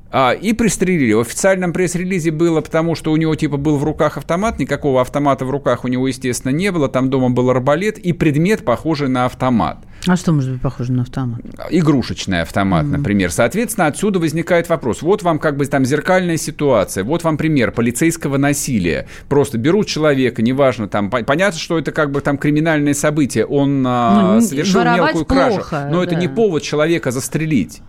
И пристрелили. В официальном пресс-релизе было, потому что у него типа был в руках автомат, никакого автомата в руках у него, естественно, не было. Там дома был арбалет и предмет, похожий на автомат. А что может быть похоже на автомат? Игрушечный автомат, mm-hmm. например. Соответственно, отсюда возникает вопрос. Вот вам как бы там зеркальная ситуация. Вот вам пример полицейского насилия. Просто берут человека, неважно, там, понятно, что это как бы там криминальное событие. Он ну, а, совершил мелкую кражу. Плохо, но да. это не повод человека застрелить.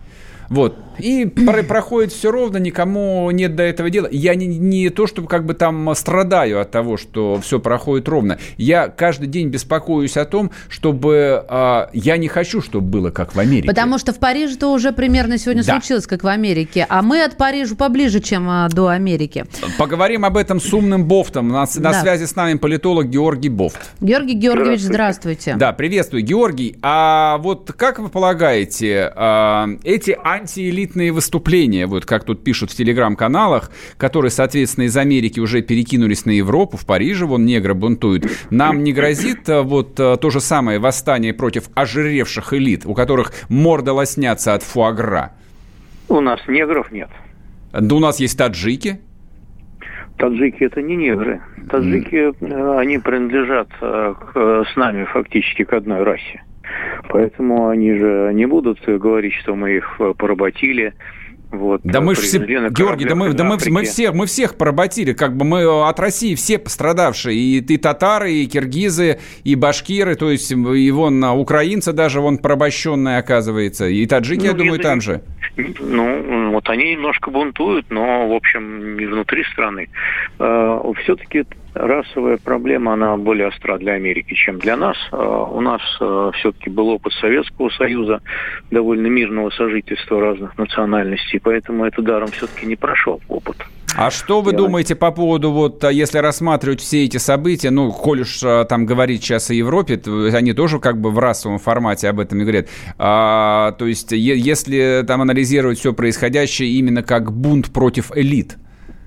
Вот. И проходит все ровно, никому нет до этого дела. Я не, не то, чтобы как бы там страдаю от того, что все проходит ровно. Я каждый день беспокоюсь о том, чтобы... А, я не хочу, чтобы было как в Америке. Потому что в Париже-то уже примерно сегодня да. случилось, как в Америке. А мы от Парижа поближе, чем а, до Америки. Поговорим об этом с умным Бофтом. На, да. на связи с нами политолог Георгий Бофт. Георгий Георгиевич, здравствуйте. Да, приветствую, Георгий. А вот как вы полагаете, а, эти антиэлитные выступления, вот как тут пишут в телеграм-каналах, которые, соответственно, из Америки уже перекинулись на Европу, в Париже, вон негры бунтуют, нам не грозит вот то же самое восстание против ожиревших элит, у которых морда лоснятся от фуагра? У нас негров нет. Да у нас есть таджики. Таджики – это не негры. Таджики, mm. они принадлежат к, с нами фактически к одной расе. Поэтому они же не будут говорить, что мы их поработили. Вот, да мы все, Георгий, да мы, да мы, мы, всех, мы всех поработили, как бы мы от России все пострадавшие, и, и татары, и киргизы, и башкиры, то есть и вон украинцы даже вон порабощенные оказывается, и таджики, ну, я думаю, там же. Ну, вот они немножко бунтуют, но, в общем, не внутри страны. Все-таки расовая проблема, она более остра для Америки, чем для нас. У нас все-таки был опыт Советского Союза, довольно мирного сожительства разных национальностей, поэтому это даром все-таки не прошел опыт. А что вы Я... думаете по поводу, вот, если рассматривать все эти события, ну, коль уж там говорить сейчас о Европе, они тоже как бы в расовом формате об этом и говорят. А, то есть, е- если там анализировать все происходящее именно как бунт против элит?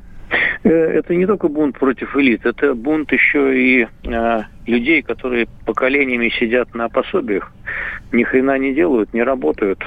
Это не только бунт против элит, это бунт еще и э, людей, которые поколениями сидят на пособиях, ни хрена не делают, не работают,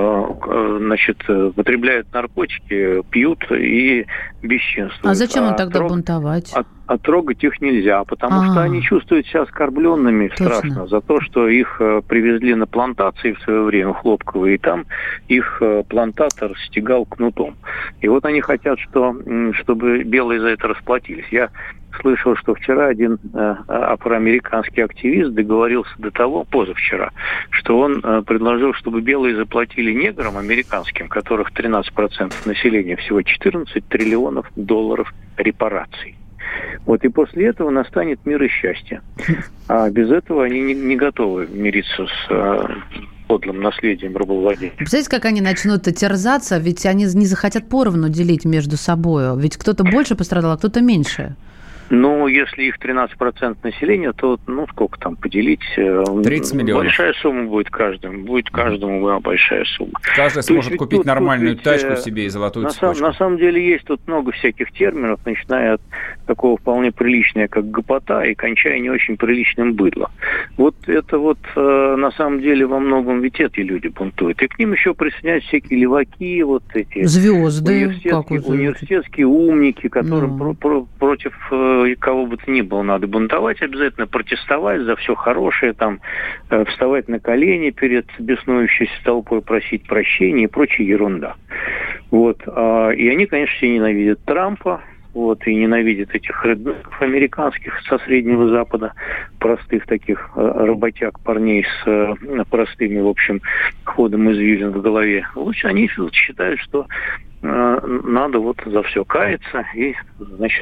э, значит, потребляют наркотики, пьют и бесчинствуют. А зачем им а тогда трог... бунтовать? А, а трогать их нельзя, потому А-а-а. что они чувствуют себя оскорбленными Точно. страшно за то, что их э, привезли на плантации в свое время хлопковые, и там их э, плантатор стегал кнутом. И вот они хотят, что, чтобы белые за это расплатились. Я слышал, что вчера один э, афроамериканский активист договорился до того, позавчера, что он э, предложил, чтобы белые заплатили неграм американским, которых тринадцать процентов населения, всего четырнадцать триллионов долларов репараций. Вот и после этого настанет мир и счастье. А без этого они не, не готовы мириться с э, подлым наследием рабовладения. Представляете, как они начнут терзаться, ведь они не захотят поровну делить между собой. Ведь кто-то больше пострадал, а кто-то меньше. Ну, если их тринадцать процентов населения, то, ну, сколько там поделить? тридцать миллионов. Большая сумма будет каждому. Будет каждому да, большая сумма. Каждый то сможет купить тут, нормальную тут, тачку себе и золотую на цепочку. Сам, на самом деле есть тут много всяких терминов, начиная от такого вполне приличного, как гопота, и кончая не очень приличным быдло. Вот это вот, э, на самом деле, во многом ведь эти люди бунтуют. И к ним еще присоединяются всякие леваки, вот эти... Звезды. Университетские, университетские умники, которым про, про, против... Э, и кого бы то ни было надо бунтовать, обязательно протестовать за все хорошее, там, э, вставать на колени перед беснующейся толпой, просить прощения и прочая ерунда. Вот. А, и они, конечно, все ненавидят Трампа, вот, и ненавидят этих реднеков американских со Среднего Запада, простых таких э, работяг, парней с э, простыми, в общем, ходом извилин в голове. Лучше они считают, что надо вот за все каяться и, значит,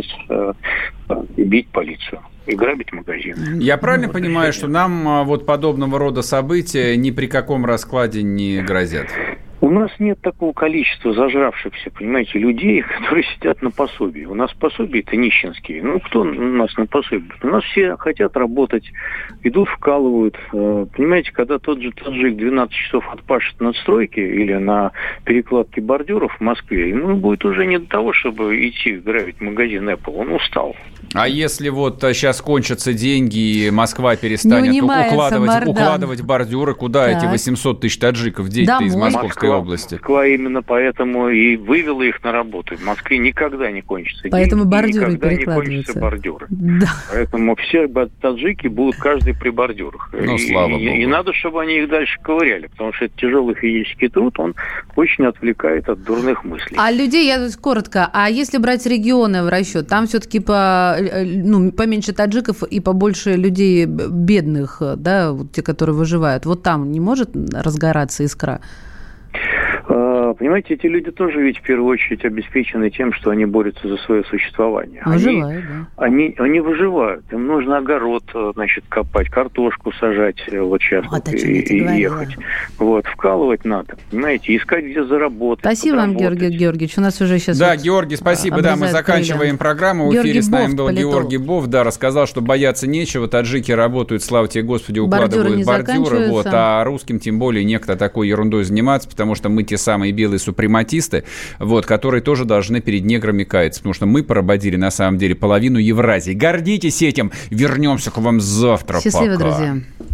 бить полицию и грабить магазины. Я правильно ну, вот понимаю, что нам вот подобного рода события ни при каком раскладе не грозят? У нас нет такого количества зажравшихся, понимаете, людей, которые сидят на пособии. У нас пособия-то нищенские. Ну, кто у нас на пособии? У нас все хотят работать, идут, вкалывают. Понимаете, когда тот же таджик двенадцать часов отпашет на стройке или на перекладке бордюров в Москве, ему будет уже не до того, чтобы идти грабить магазин Apple. Он устал. А если вот сейчас кончатся деньги, и Москва перестанет укладывать, укладывать бордюры, куда так. эти восемьсот тысяч таджиков деть-то из Московской Москва, области? Москва именно поэтому и вывела их на работу. В Москве никогда не кончатся поэтому деньги, бордюры никогда не кончатся бордюры. Да. Поэтому все таджики будут каждый при бордюрах. Ну, и, слава и, Богу. И надо, чтобы они их дальше ковыряли, потому что это тяжелый физический труд, он очень отвлекает от дурных мыслей. А людей, я коротко, а если брать регионы в расчет, там все-таки по, ну, поменьше таджиков и побольше людей бедных, да, вот те, которые выживают. Вот там не может разгораться искра? понимаете, эти люди тоже ведь в первую очередь обеспечены тем, что они борются за свое существование. Выживают, они, да. Они, они выживают. Им нужно огород, значит, копать, картошку сажать, вот сейчас вот, вот и, и ехать. Вот, вкалывать надо, понимаете, искать, где заработать. Спасибо вам, Георгий Георгиевич. У нас уже сейчас... Да, вот Георгий, спасибо. Да, мы заканчиваем крылья. Программу. В Георгий эфире с нами Бофт, был политолог. Георгий Бофт, да, рассказал, что бояться нечего. Таджики работают, слава тебе, Господи, укладывают бордюры. бордюры вот, а русским тем более некогда такой ерундой заниматься, потому что мы те самые белые супрематисты, вот, которые тоже должны перед неграми каяться, потому что мы поработили на самом деле половину Евразии. Гордитесь этим. Вернемся к вам завтра. Счастливо, пока. Друзья.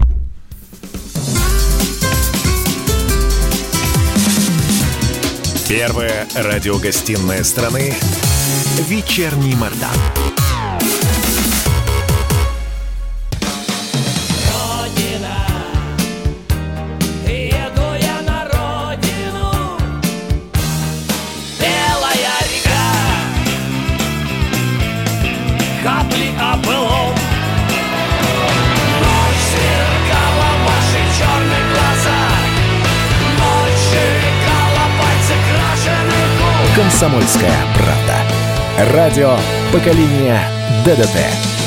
Первая радиогостинная страны «Вечерний Мордан». «Комсомольская правда». Радио поколения ДДТ.